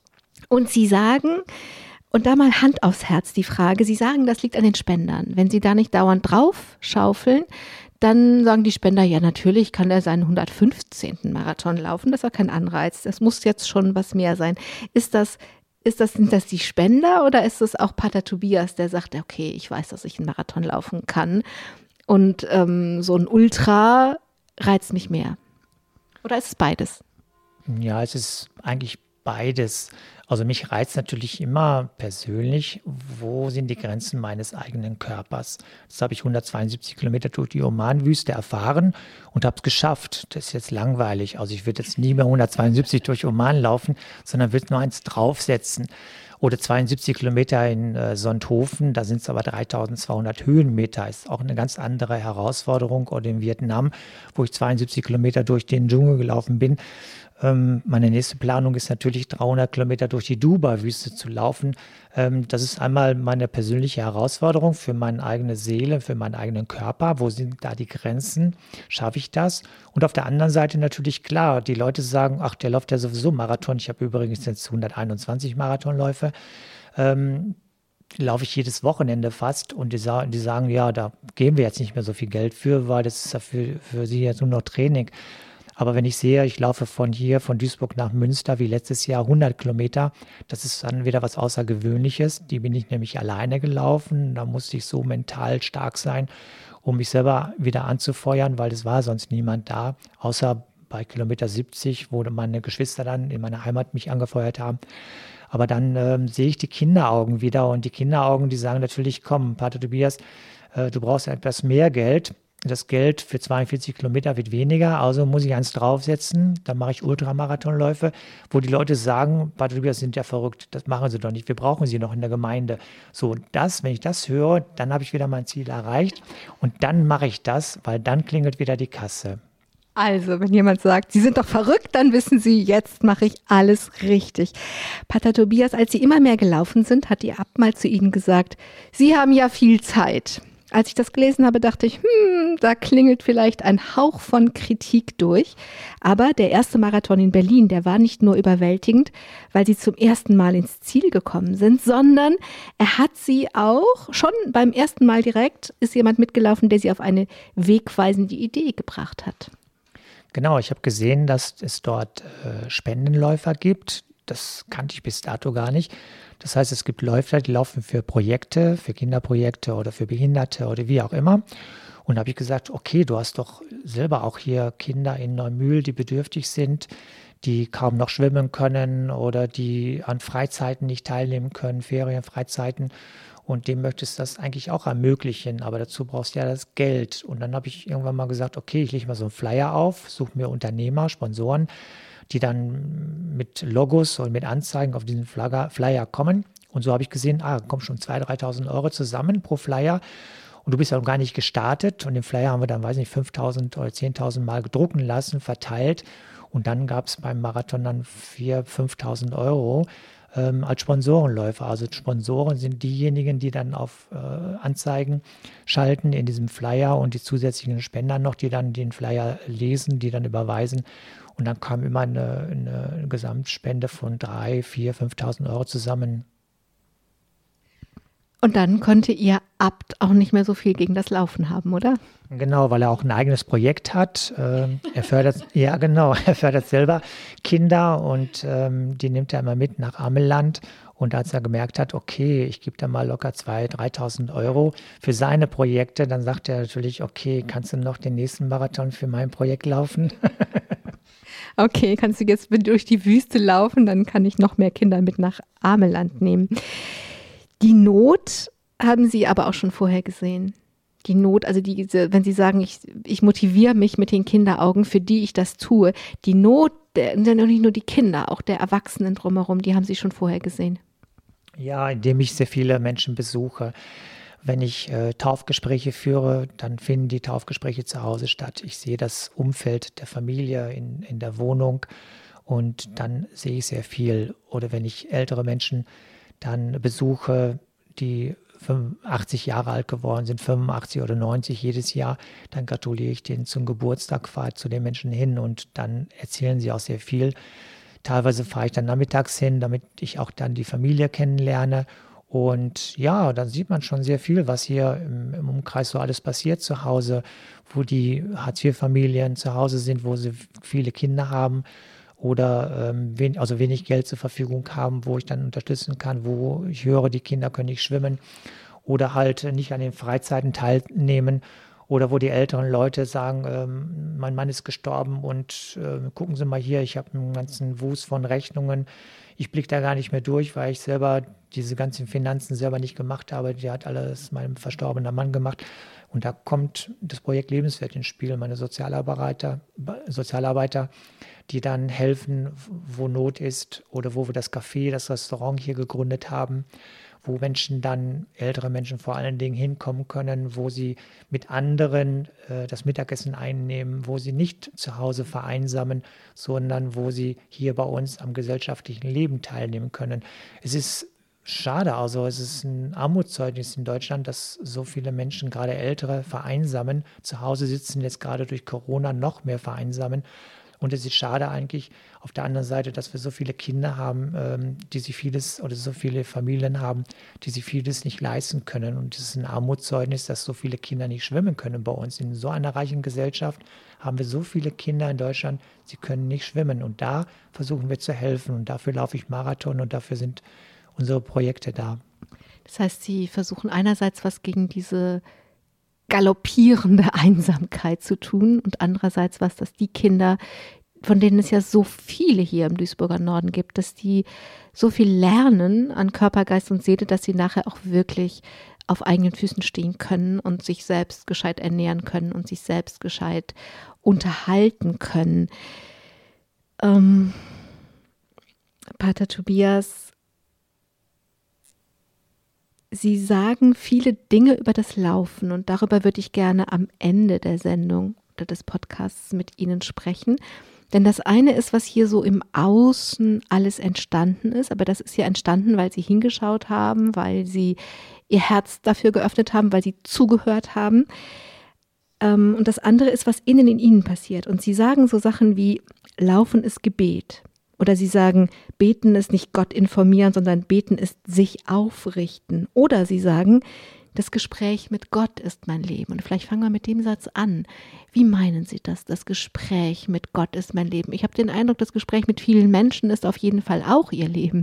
Und Sie sagen, und da mal Hand aufs Herz die Frage, Sie sagen, das liegt an den Spendern. Wenn Sie da nicht dauernd drauf schaufeln, dann sagen die Spender, ja natürlich kann er seinen hundertfünfzehnten Marathon laufen, das ist ja kein Anreiz, das muss jetzt schon was mehr sein. Ist das, ist das, sind das die Spender oder ist es auch Pater Tobias, der sagt, okay, ich weiß, dass ich einen Marathon laufen kann und ähm, so ein Ultra reizt mich mehr? Oder ist es beides? Ja, es ist eigentlich beides. Also mich reizt natürlich immer persönlich, wo sind die Grenzen meines eigenen Körpers. Das habe ich hundertzweiundsiebzig Kilometer durch die Omanwüste erfahren und habe es geschafft. Das ist jetzt langweilig. Also ich würde jetzt nie mehr hundertzweiundsiebzig durch Oman laufen, sondern würde nur eins draufsetzen. Oder zweiundsiebzig Kilometer in äh, Sonthofen, da sind es aber dreitausendzweihundert Höhenmeter. Ist auch eine ganz andere Herausforderung. Oder in Vietnam, wo ich zweiundsiebzig Kilometer durch den Dschungel gelaufen bin. Ähm, meine nächste Planung ist natürlich dreihundert Kilometer durch die Duba-Wüste zu laufen. Ähm, das ist einmal meine persönliche Herausforderung für meine eigene Seele, für meinen eigenen Körper. Wo sind da die Grenzen? Schaffe ich das? Und auf der anderen Seite natürlich klar, die Leute sagen, ach, der läuft ja sowieso Marathon. Ich habe übrigens jetzt hunderteinundzwanzig Marathonläufe. Ähm, laufe ich jedes Wochenende fast und die, sa- die sagen, ja, da geben wir jetzt nicht mehr so viel Geld für, weil das ist ja für, für sie jetzt nur noch Training. Aber wenn ich sehe, ich laufe von hier, von Duisburg nach Münster, wie letztes Jahr hundert Kilometer, das ist dann wieder was Außergewöhnliches. Die bin ich nämlich alleine gelaufen. Da musste ich so mental stark sein, um mich selber wieder anzufeuern, weil es war sonst niemand da, außer bei Kilometer siebzig, wo meine Geschwister dann in meiner Heimat mich angefeuert haben. Aber dann ähm, sehe ich die Kinderaugen wieder und die Kinderaugen, die sagen natürlich, komm, Pater Tobias, äh, du brauchst etwas mehr Geld. Das Geld für zweiundvierzig Kilometer wird weniger, also muss ich eins draufsetzen. Dann mache ich Ultramarathonläufe, wo die Leute sagen, Pater Tobias, sind ja verrückt, das machen sie doch nicht, wir brauchen sie noch in der Gemeinde. So, das, wenn ich das höre, dann habe ich wieder mein Ziel erreicht und dann mache ich das, weil dann klingelt wieder die Kasse. Also, wenn jemand sagt, Sie sind doch verrückt, dann wissen Sie, jetzt mache ich alles richtig. Pater Tobias, als Sie immer mehr gelaufen sind, hat die Abt mal zu Ihnen gesagt, Sie haben ja viel Zeit. Als ich das gelesen habe, dachte ich, hm, da klingelt vielleicht ein Hauch von Kritik durch. Aber der erste Marathon in Berlin, der war nicht nur überwältigend, weil Sie zum ersten Mal ins Ziel gekommen sind, sondern er hat Sie auch, schon beim ersten Mal direkt, ist jemand mitgelaufen, der Sie auf eine wegweisende Idee gebracht hat. Genau, ich habe gesehen, dass es dort äh, Spendenläufer gibt. Das kannte ich bis dato gar nicht. Das heißt, es gibt Läufer, die laufen für Projekte, für Kinderprojekte oder für Behinderte oder wie auch immer. Und da habe ich gesagt, okay, du hast doch selber auch hier Kinder in Neumühl, die bedürftig sind, die kaum noch schwimmen können oder die an Freizeiten nicht teilnehmen können, Ferienfreizeiten. Und dem möchtest du das eigentlich auch ermöglichen, aber dazu brauchst du ja das Geld. Und dann habe ich irgendwann mal gesagt, okay, ich lege mal so einen Flyer auf, suche mir Unternehmer, Sponsoren, die dann mit Logos und mit Anzeigen auf diesen Flyer kommen. Und so habe ich gesehen, ah, kommen schon zweitausend, dreitausend Euro zusammen pro Flyer. Und du bist ja noch gar nicht gestartet. Und den Flyer haben wir dann, weiß nicht, fünftausend oder zehntausend Mal gedrucken lassen, verteilt. Und dann gab es beim Marathon dann viertausend, fünftausend Euro ähm, als Sponsorenläufer. Also Sponsoren sind diejenigen, die dann auf äh, Anzeigen schalten in diesem Flyer und die zusätzlichen Spender noch, die dann den Flyer lesen, die dann überweisen. Und dann kam immer eine, eine Gesamtspende von dreitausend, viertausend, fünftausend Euro zusammen. Und dann konnte Ihr Abt auch nicht mehr so viel gegen das Laufen haben, oder? Genau, weil er auch ein eigenes Projekt hat. Ähm, er fördert, ja genau, er fördert selber Kinder und ähm, die nimmt er immer mit nach Ameland. Und als er gemerkt hat, okay, ich gebe da mal locker zweitausend, dreitausend Euro für seine Projekte, dann sagt er natürlich, okay, kannst du noch den nächsten Marathon für mein Projekt laufen? Okay, kannst du jetzt durch die Wüste laufen, dann kann ich noch mehr Kinder mit nach Ameland nehmen. Die Not haben Sie aber auch schon vorher gesehen. Die Not, also die, wenn Sie sagen, ich, ich motiviere mich mit den Kinderaugen, für die ich das tue, die Not, der, nicht nur die Kinder, auch der Erwachsenen drumherum, die haben Sie schon vorher gesehen. Ja, indem ich sehr viele Menschen besuche. Wenn ich äh, Taufgespräche führe, dann finden die Taufgespräche zu Hause statt. Ich sehe das Umfeld der Familie in, in der Wohnung und dann sehe ich sehr viel. Oder wenn ich ältere Menschen dann besuche, die fünfundachtzig Jahre alt geworden sind, fünfundachtzig oder neunzig jedes Jahr, dann gratuliere ich denen zum Geburtstag, fahre zu den Menschen hin und dann erzählen sie auch sehr viel. Teilweise fahre ich dann nachmittags hin, damit ich auch dann die Familie kennenlerne. Und ja, dann sieht man schon sehr viel, was hier im, im Umkreis so alles passiert zu Hause, wo die Hartz vier Familien zu Hause sind, wo sie viele Kinder haben oder ähm, wen, also wenig Geld zur Verfügung haben, wo ich dann unterstützen kann, wo ich höre, die Kinder können nicht schwimmen oder halt nicht an den Freizeiten teilnehmen oder wo die älteren Leute sagen, ähm, mein Mann ist gestorben und äh, gucken Sie mal hier, ich habe einen ganzen Wust von Rechnungen. Ich blicke da gar nicht mehr durch, weil ich selber diese ganzen Finanzen selber nicht gemacht habe. Die hat alles meinem verstorbenen Mann gemacht. Und da kommt das Projekt Lebenswert ins Spiel, meine Sozialarbeiter, Sozialarbeiter, die dann helfen, wo Not ist oder wo wir das Café, das Restaurant hier gegründet haben, wo Menschen dann, ältere Menschen vor allen Dingen hinkommen können, wo sie mit anderen äh, das Mittagessen einnehmen, wo sie nicht zu Hause vereinsamen, sondern wo sie hier bei uns am gesellschaftlichen Leben teilnehmen können. Es ist schade, also es ist ein Armutszeugnis in Deutschland, dass so viele Menschen, gerade Ältere, vereinsamen, zu Hause sitzen, jetzt gerade durch Corona noch mehr vereinsamen. Und es ist schade eigentlich auf der anderen Seite, dass wir so viele Kinder haben, ähm, die sich vieles oder so viele Familien haben, die sich vieles nicht leisten können. Und es ist ein Armutszeugnis, dass so viele Kinder nicht schwimmen können bei uns. In so einer reichen Gesellschaft haben wir so viele Kinder in Deutschland, sie können nicht schwimmen. Und da versuchen wir zu helfen. Und dafür laufe ich Marathon und dafür sind unsere Projekte da. Das heißt, Sie versuchen einerseits was gegen diese galoppierende Einsamkeit zu tun und andererseits was, dass die Kinder, von denen es ja so viele hier im Duisburger Norden gibt, dass die so viel lernen an Körper, Geist und Seele, dass sie nachher auch wirklich auf eigenen Füßen stehen können und sich selbst gescheit ernähren können und sich selbst gescheit unterhalten können. Ähm, Pater Tobias, Sie sagen viele Dinge über das Laufen und darüber würde ich gerne am Ende der Sendung oder des Podcasts mit Ihnen sprechen. Denn das eine ist, was hier so im Außen alles entstanden ist, aber das ist ja entstanden, weil Sie hingeschaut haben, weil Sie Ihr Herz dafür geöffnet haben, weil Sie zugehört haben. Und das andere ist, was innen in Ihnen passiert. Und Sie sagen so Sachen wie, Laufen ist Gebet. Oder Sie sagen, Beten ist nicht Gott informieren, sondern Beten ist sich aufrichten. Oder Sie sagen, das Gespräch mit Gott ist mein Leben. Und vielleicht fangen wir mit dem Satz an. Wie meinen Sie das? Das Gespräch mit Gott ist mein Leben. Ich habe den Eindruck, das Gespräch mit vielen Menschen ist auf jeden Fall auch Ihr Leben.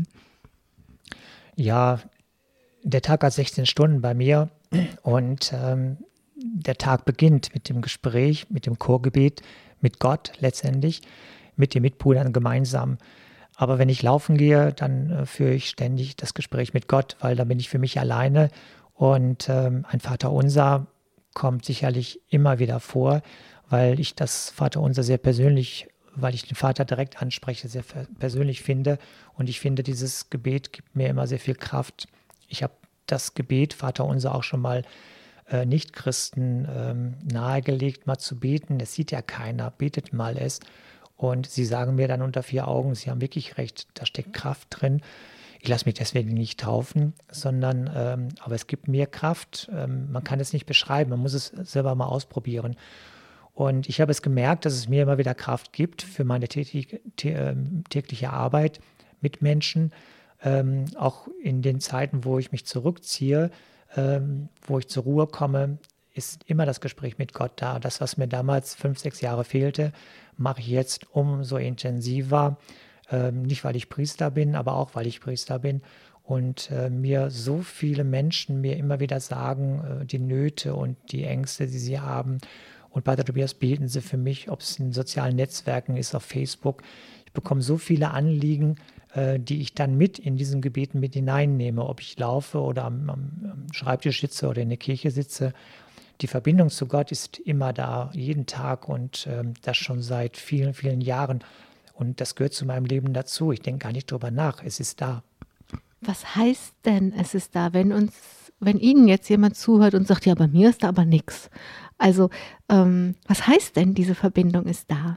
Ja, der Tag hat sechzehn Stunden bei mir und ähm, der Tag beginnt mit dem Gespräch, mit dem Chorgebet, mit Gott letztendlich, mit den Mitbrüdern gemeinsam. Aber wenn ich laufen gehe, dann äh, führe ich ständig das Gespräch mit Gott, weil dann bin ich für mich alleine. Und ähm, ein Vaterunser kommt sicherlich immer wieder vor, weil ich das Vaterunser sehr persönlich, weil ich den Vater direkt anspreche, sehr persönlich finde. Und ich finde, dieses Gebet gibt mir immer sehr viel Kraft. Ich habe das Gebet Vaterunser auch schon mal äh, Nichtchristen ähm, nahegelegt, mal zu beten. Es sieht ja keiner, betet mal es. Und sie sagen mir dann unter vier Augen, sie haben wirklich recht, da steckt Kraft drin. Ich lasse mich deswegen nicht taufen, sondern, ähm, aber es gibt mir Kraft. Ähm, man kann es nicht beschreiben, man muss es selber mal ausprobieren. Und ich habe es gemerkt, dass es mir immer wieder Kraft gibt für meine tägliche, tägliche Arbeit mit Menschen, ähm, auch in den Zeiten, wo ich mich zurückziehe, ähm, wo ich zur Ruhe komme, ist immer das Gespräch mit Gott da. Das, was mir damals fünf, sechs Jahre fehlte, mache ich jetzt umso intensiver. Ähm, nicht, weil ich Priester bin, aber auch, weil ich Priester bin. Und äh, mir so viele Menschen mir immer wieder sagen, äh, die Nöte und die Ängste, die sie haben. Und Pater Tobias, beten Sie für mich, ob es in sozialen Netzwerken ist, auf Facebook. Ich bekomme so viele Anliegen, äh, die ich dann mit in diesen Gebeten mit hineinnehme, ob ich laufe oder am, am Schreibtisch sitze oder in der Kirche sitze. Die Verbindung zu Gott ist immer da, jeden Tag und ähm, das schon seit vielen, vielen Jahren. Und das gehört zu meinem Leben dazu. Ich denke gar nicht drüber nach, es ist da. Was heißt denn, es ist da, wenn uns, wenn Ihnen jetzt jemand zuhört und sagt, ja, bei mir ist da aber nichts. Also, ähm, was heißt denn, diese Verbindung ist da?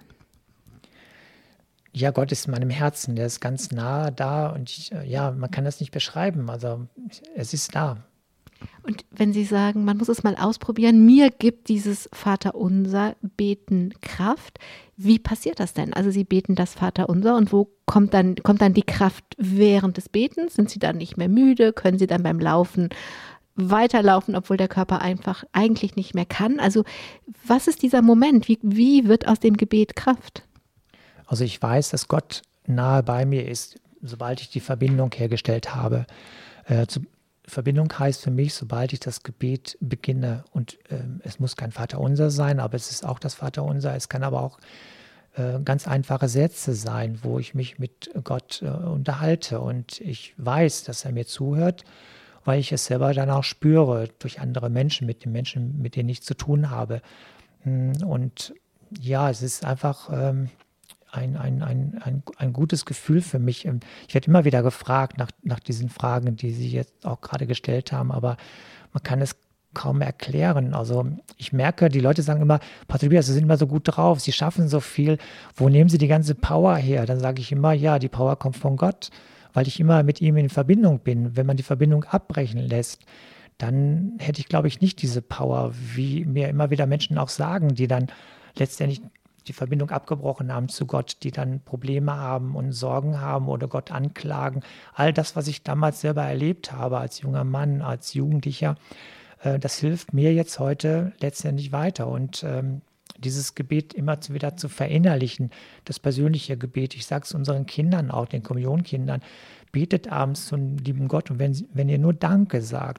Ja, Gott ist in meinem Herzen, der ist ganz nah da und ich, ja, man kann das nicht beschreiben. Also, es ist da. Und wenn Sie sagen, man muss es mal ausprobieren, mir gibt dieses Vaterunser Beten Kraft. Wie passiert das denn? Also Sie beten das Vaterunser und wo kommt dann, kommt dann die Kraft während des Betens? Sind Sie dann nicht mehr müde? Können Sie dann beim Laufen weiterlaufen, obwohl der Körper einfach eigentlich nicht mehr kann? Also was ist dieser Moment? Wie, wie wird aus dem Gebet Kraft? Also ich weiß, dass Gott nahe bei mir ist, sobald ich die Verbindung hergestellt habe. Äh, zu Verbindung heißt für mich, sobald ich das Gebet beginne, und äh, es muss kein Vaterunser sein, aber es ist auch das Vaterunser, es kann aber auch äh, ganz einfache Sätze sein, wo ich mich mit Gott äh, unterhalte und ich weiß, dass er mir zuhört, weil ich es selber dann auch spüre durch andere Menschen, mit den Menschen, mit denen ich zu tun habe. Und ja, es ist einfach ähm, Ein, ein, ein, ein, ein gutes Gefühl für mich. Ich werde immer wieder gefragt nach, nach diesen Fragen, die Sie jetzt auch gerade gestellt haben, aber man kann es kaum erklären. Also ich merke, die Leute sagen immer, Pater Tobias, Sie sind immer so gut drauf, Sie schaffen so viel. Wo nehmen Sie die ganze Power her? Dann sage ich immer, ja, die Power kommt von Gott, weil ich immer mit ihm in Verbindung bin. Wenn man die Verbindung abbrechen lässt, dann hätte ich, glaube ich, nicht diese Power, wie mir immer wieder Menschen auch sagen, die dann letztendlich die Verbindung abgebrochen haben zu Gott, die dann Probleme haben und Sorgen haben oder Gott anklagen. All das, was ich damals selber erlebt habe als junger Mann, als Jugendlicher, äh, das hilft mir jetzt heute letztendlich weiter. Und ähm, dieses Gebet immer zu, wieder zu verinnerlichen, das persönliche Gebet, ich sage es unseren Kindern auch, den Kommunionkindern, betet abends zum lieben Gott und wenn, wenn ihr nur Danke sagt,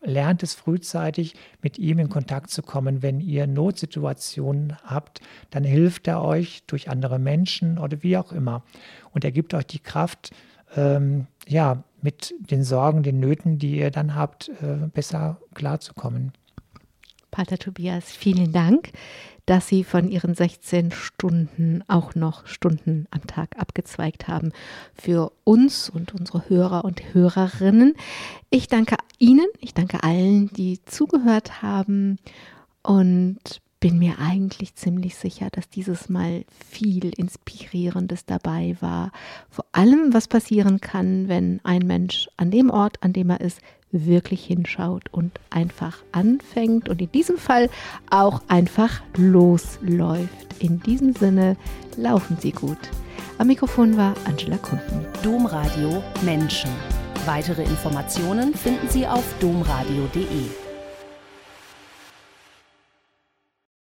lernt es frühzeitig, mit ihm in Kontakt zu kommen. Wenn ihr Notsituationen habt, dann hilft er euch durch andere Menschen oder wie auch immer. Und er gibt euch die Kraft, ähm, ja, mit den Sorgen, den Nöten, die ihr dann habt, äh, besser klarzukommen. Pater Tobias, vielen Dank, dass Sie von Ihren sechzehn Stunden auch noch Stunden am Tag abgezweigt haben für uns und unsere Hörer und Hörerinnen. Ich danke Ihnen, ich danke allen, die zugehört haben und bin mir eigentlich ziemlich sicher, dass dieses Mal viel Inspirierendes dabei war. Vor allem, was passieren kann, wenn ein Mensch an dem Ort, an dem er ist, wirklich hinschaut und einfach anfängt und in diesem Fall auch einfach losläuft. In diesem Sinne, laufen Sie gut. Am Mikrofon war Angela Krumpen. Domradio Menschen. Weitere Informationen finden Sie auf domradio punkt de.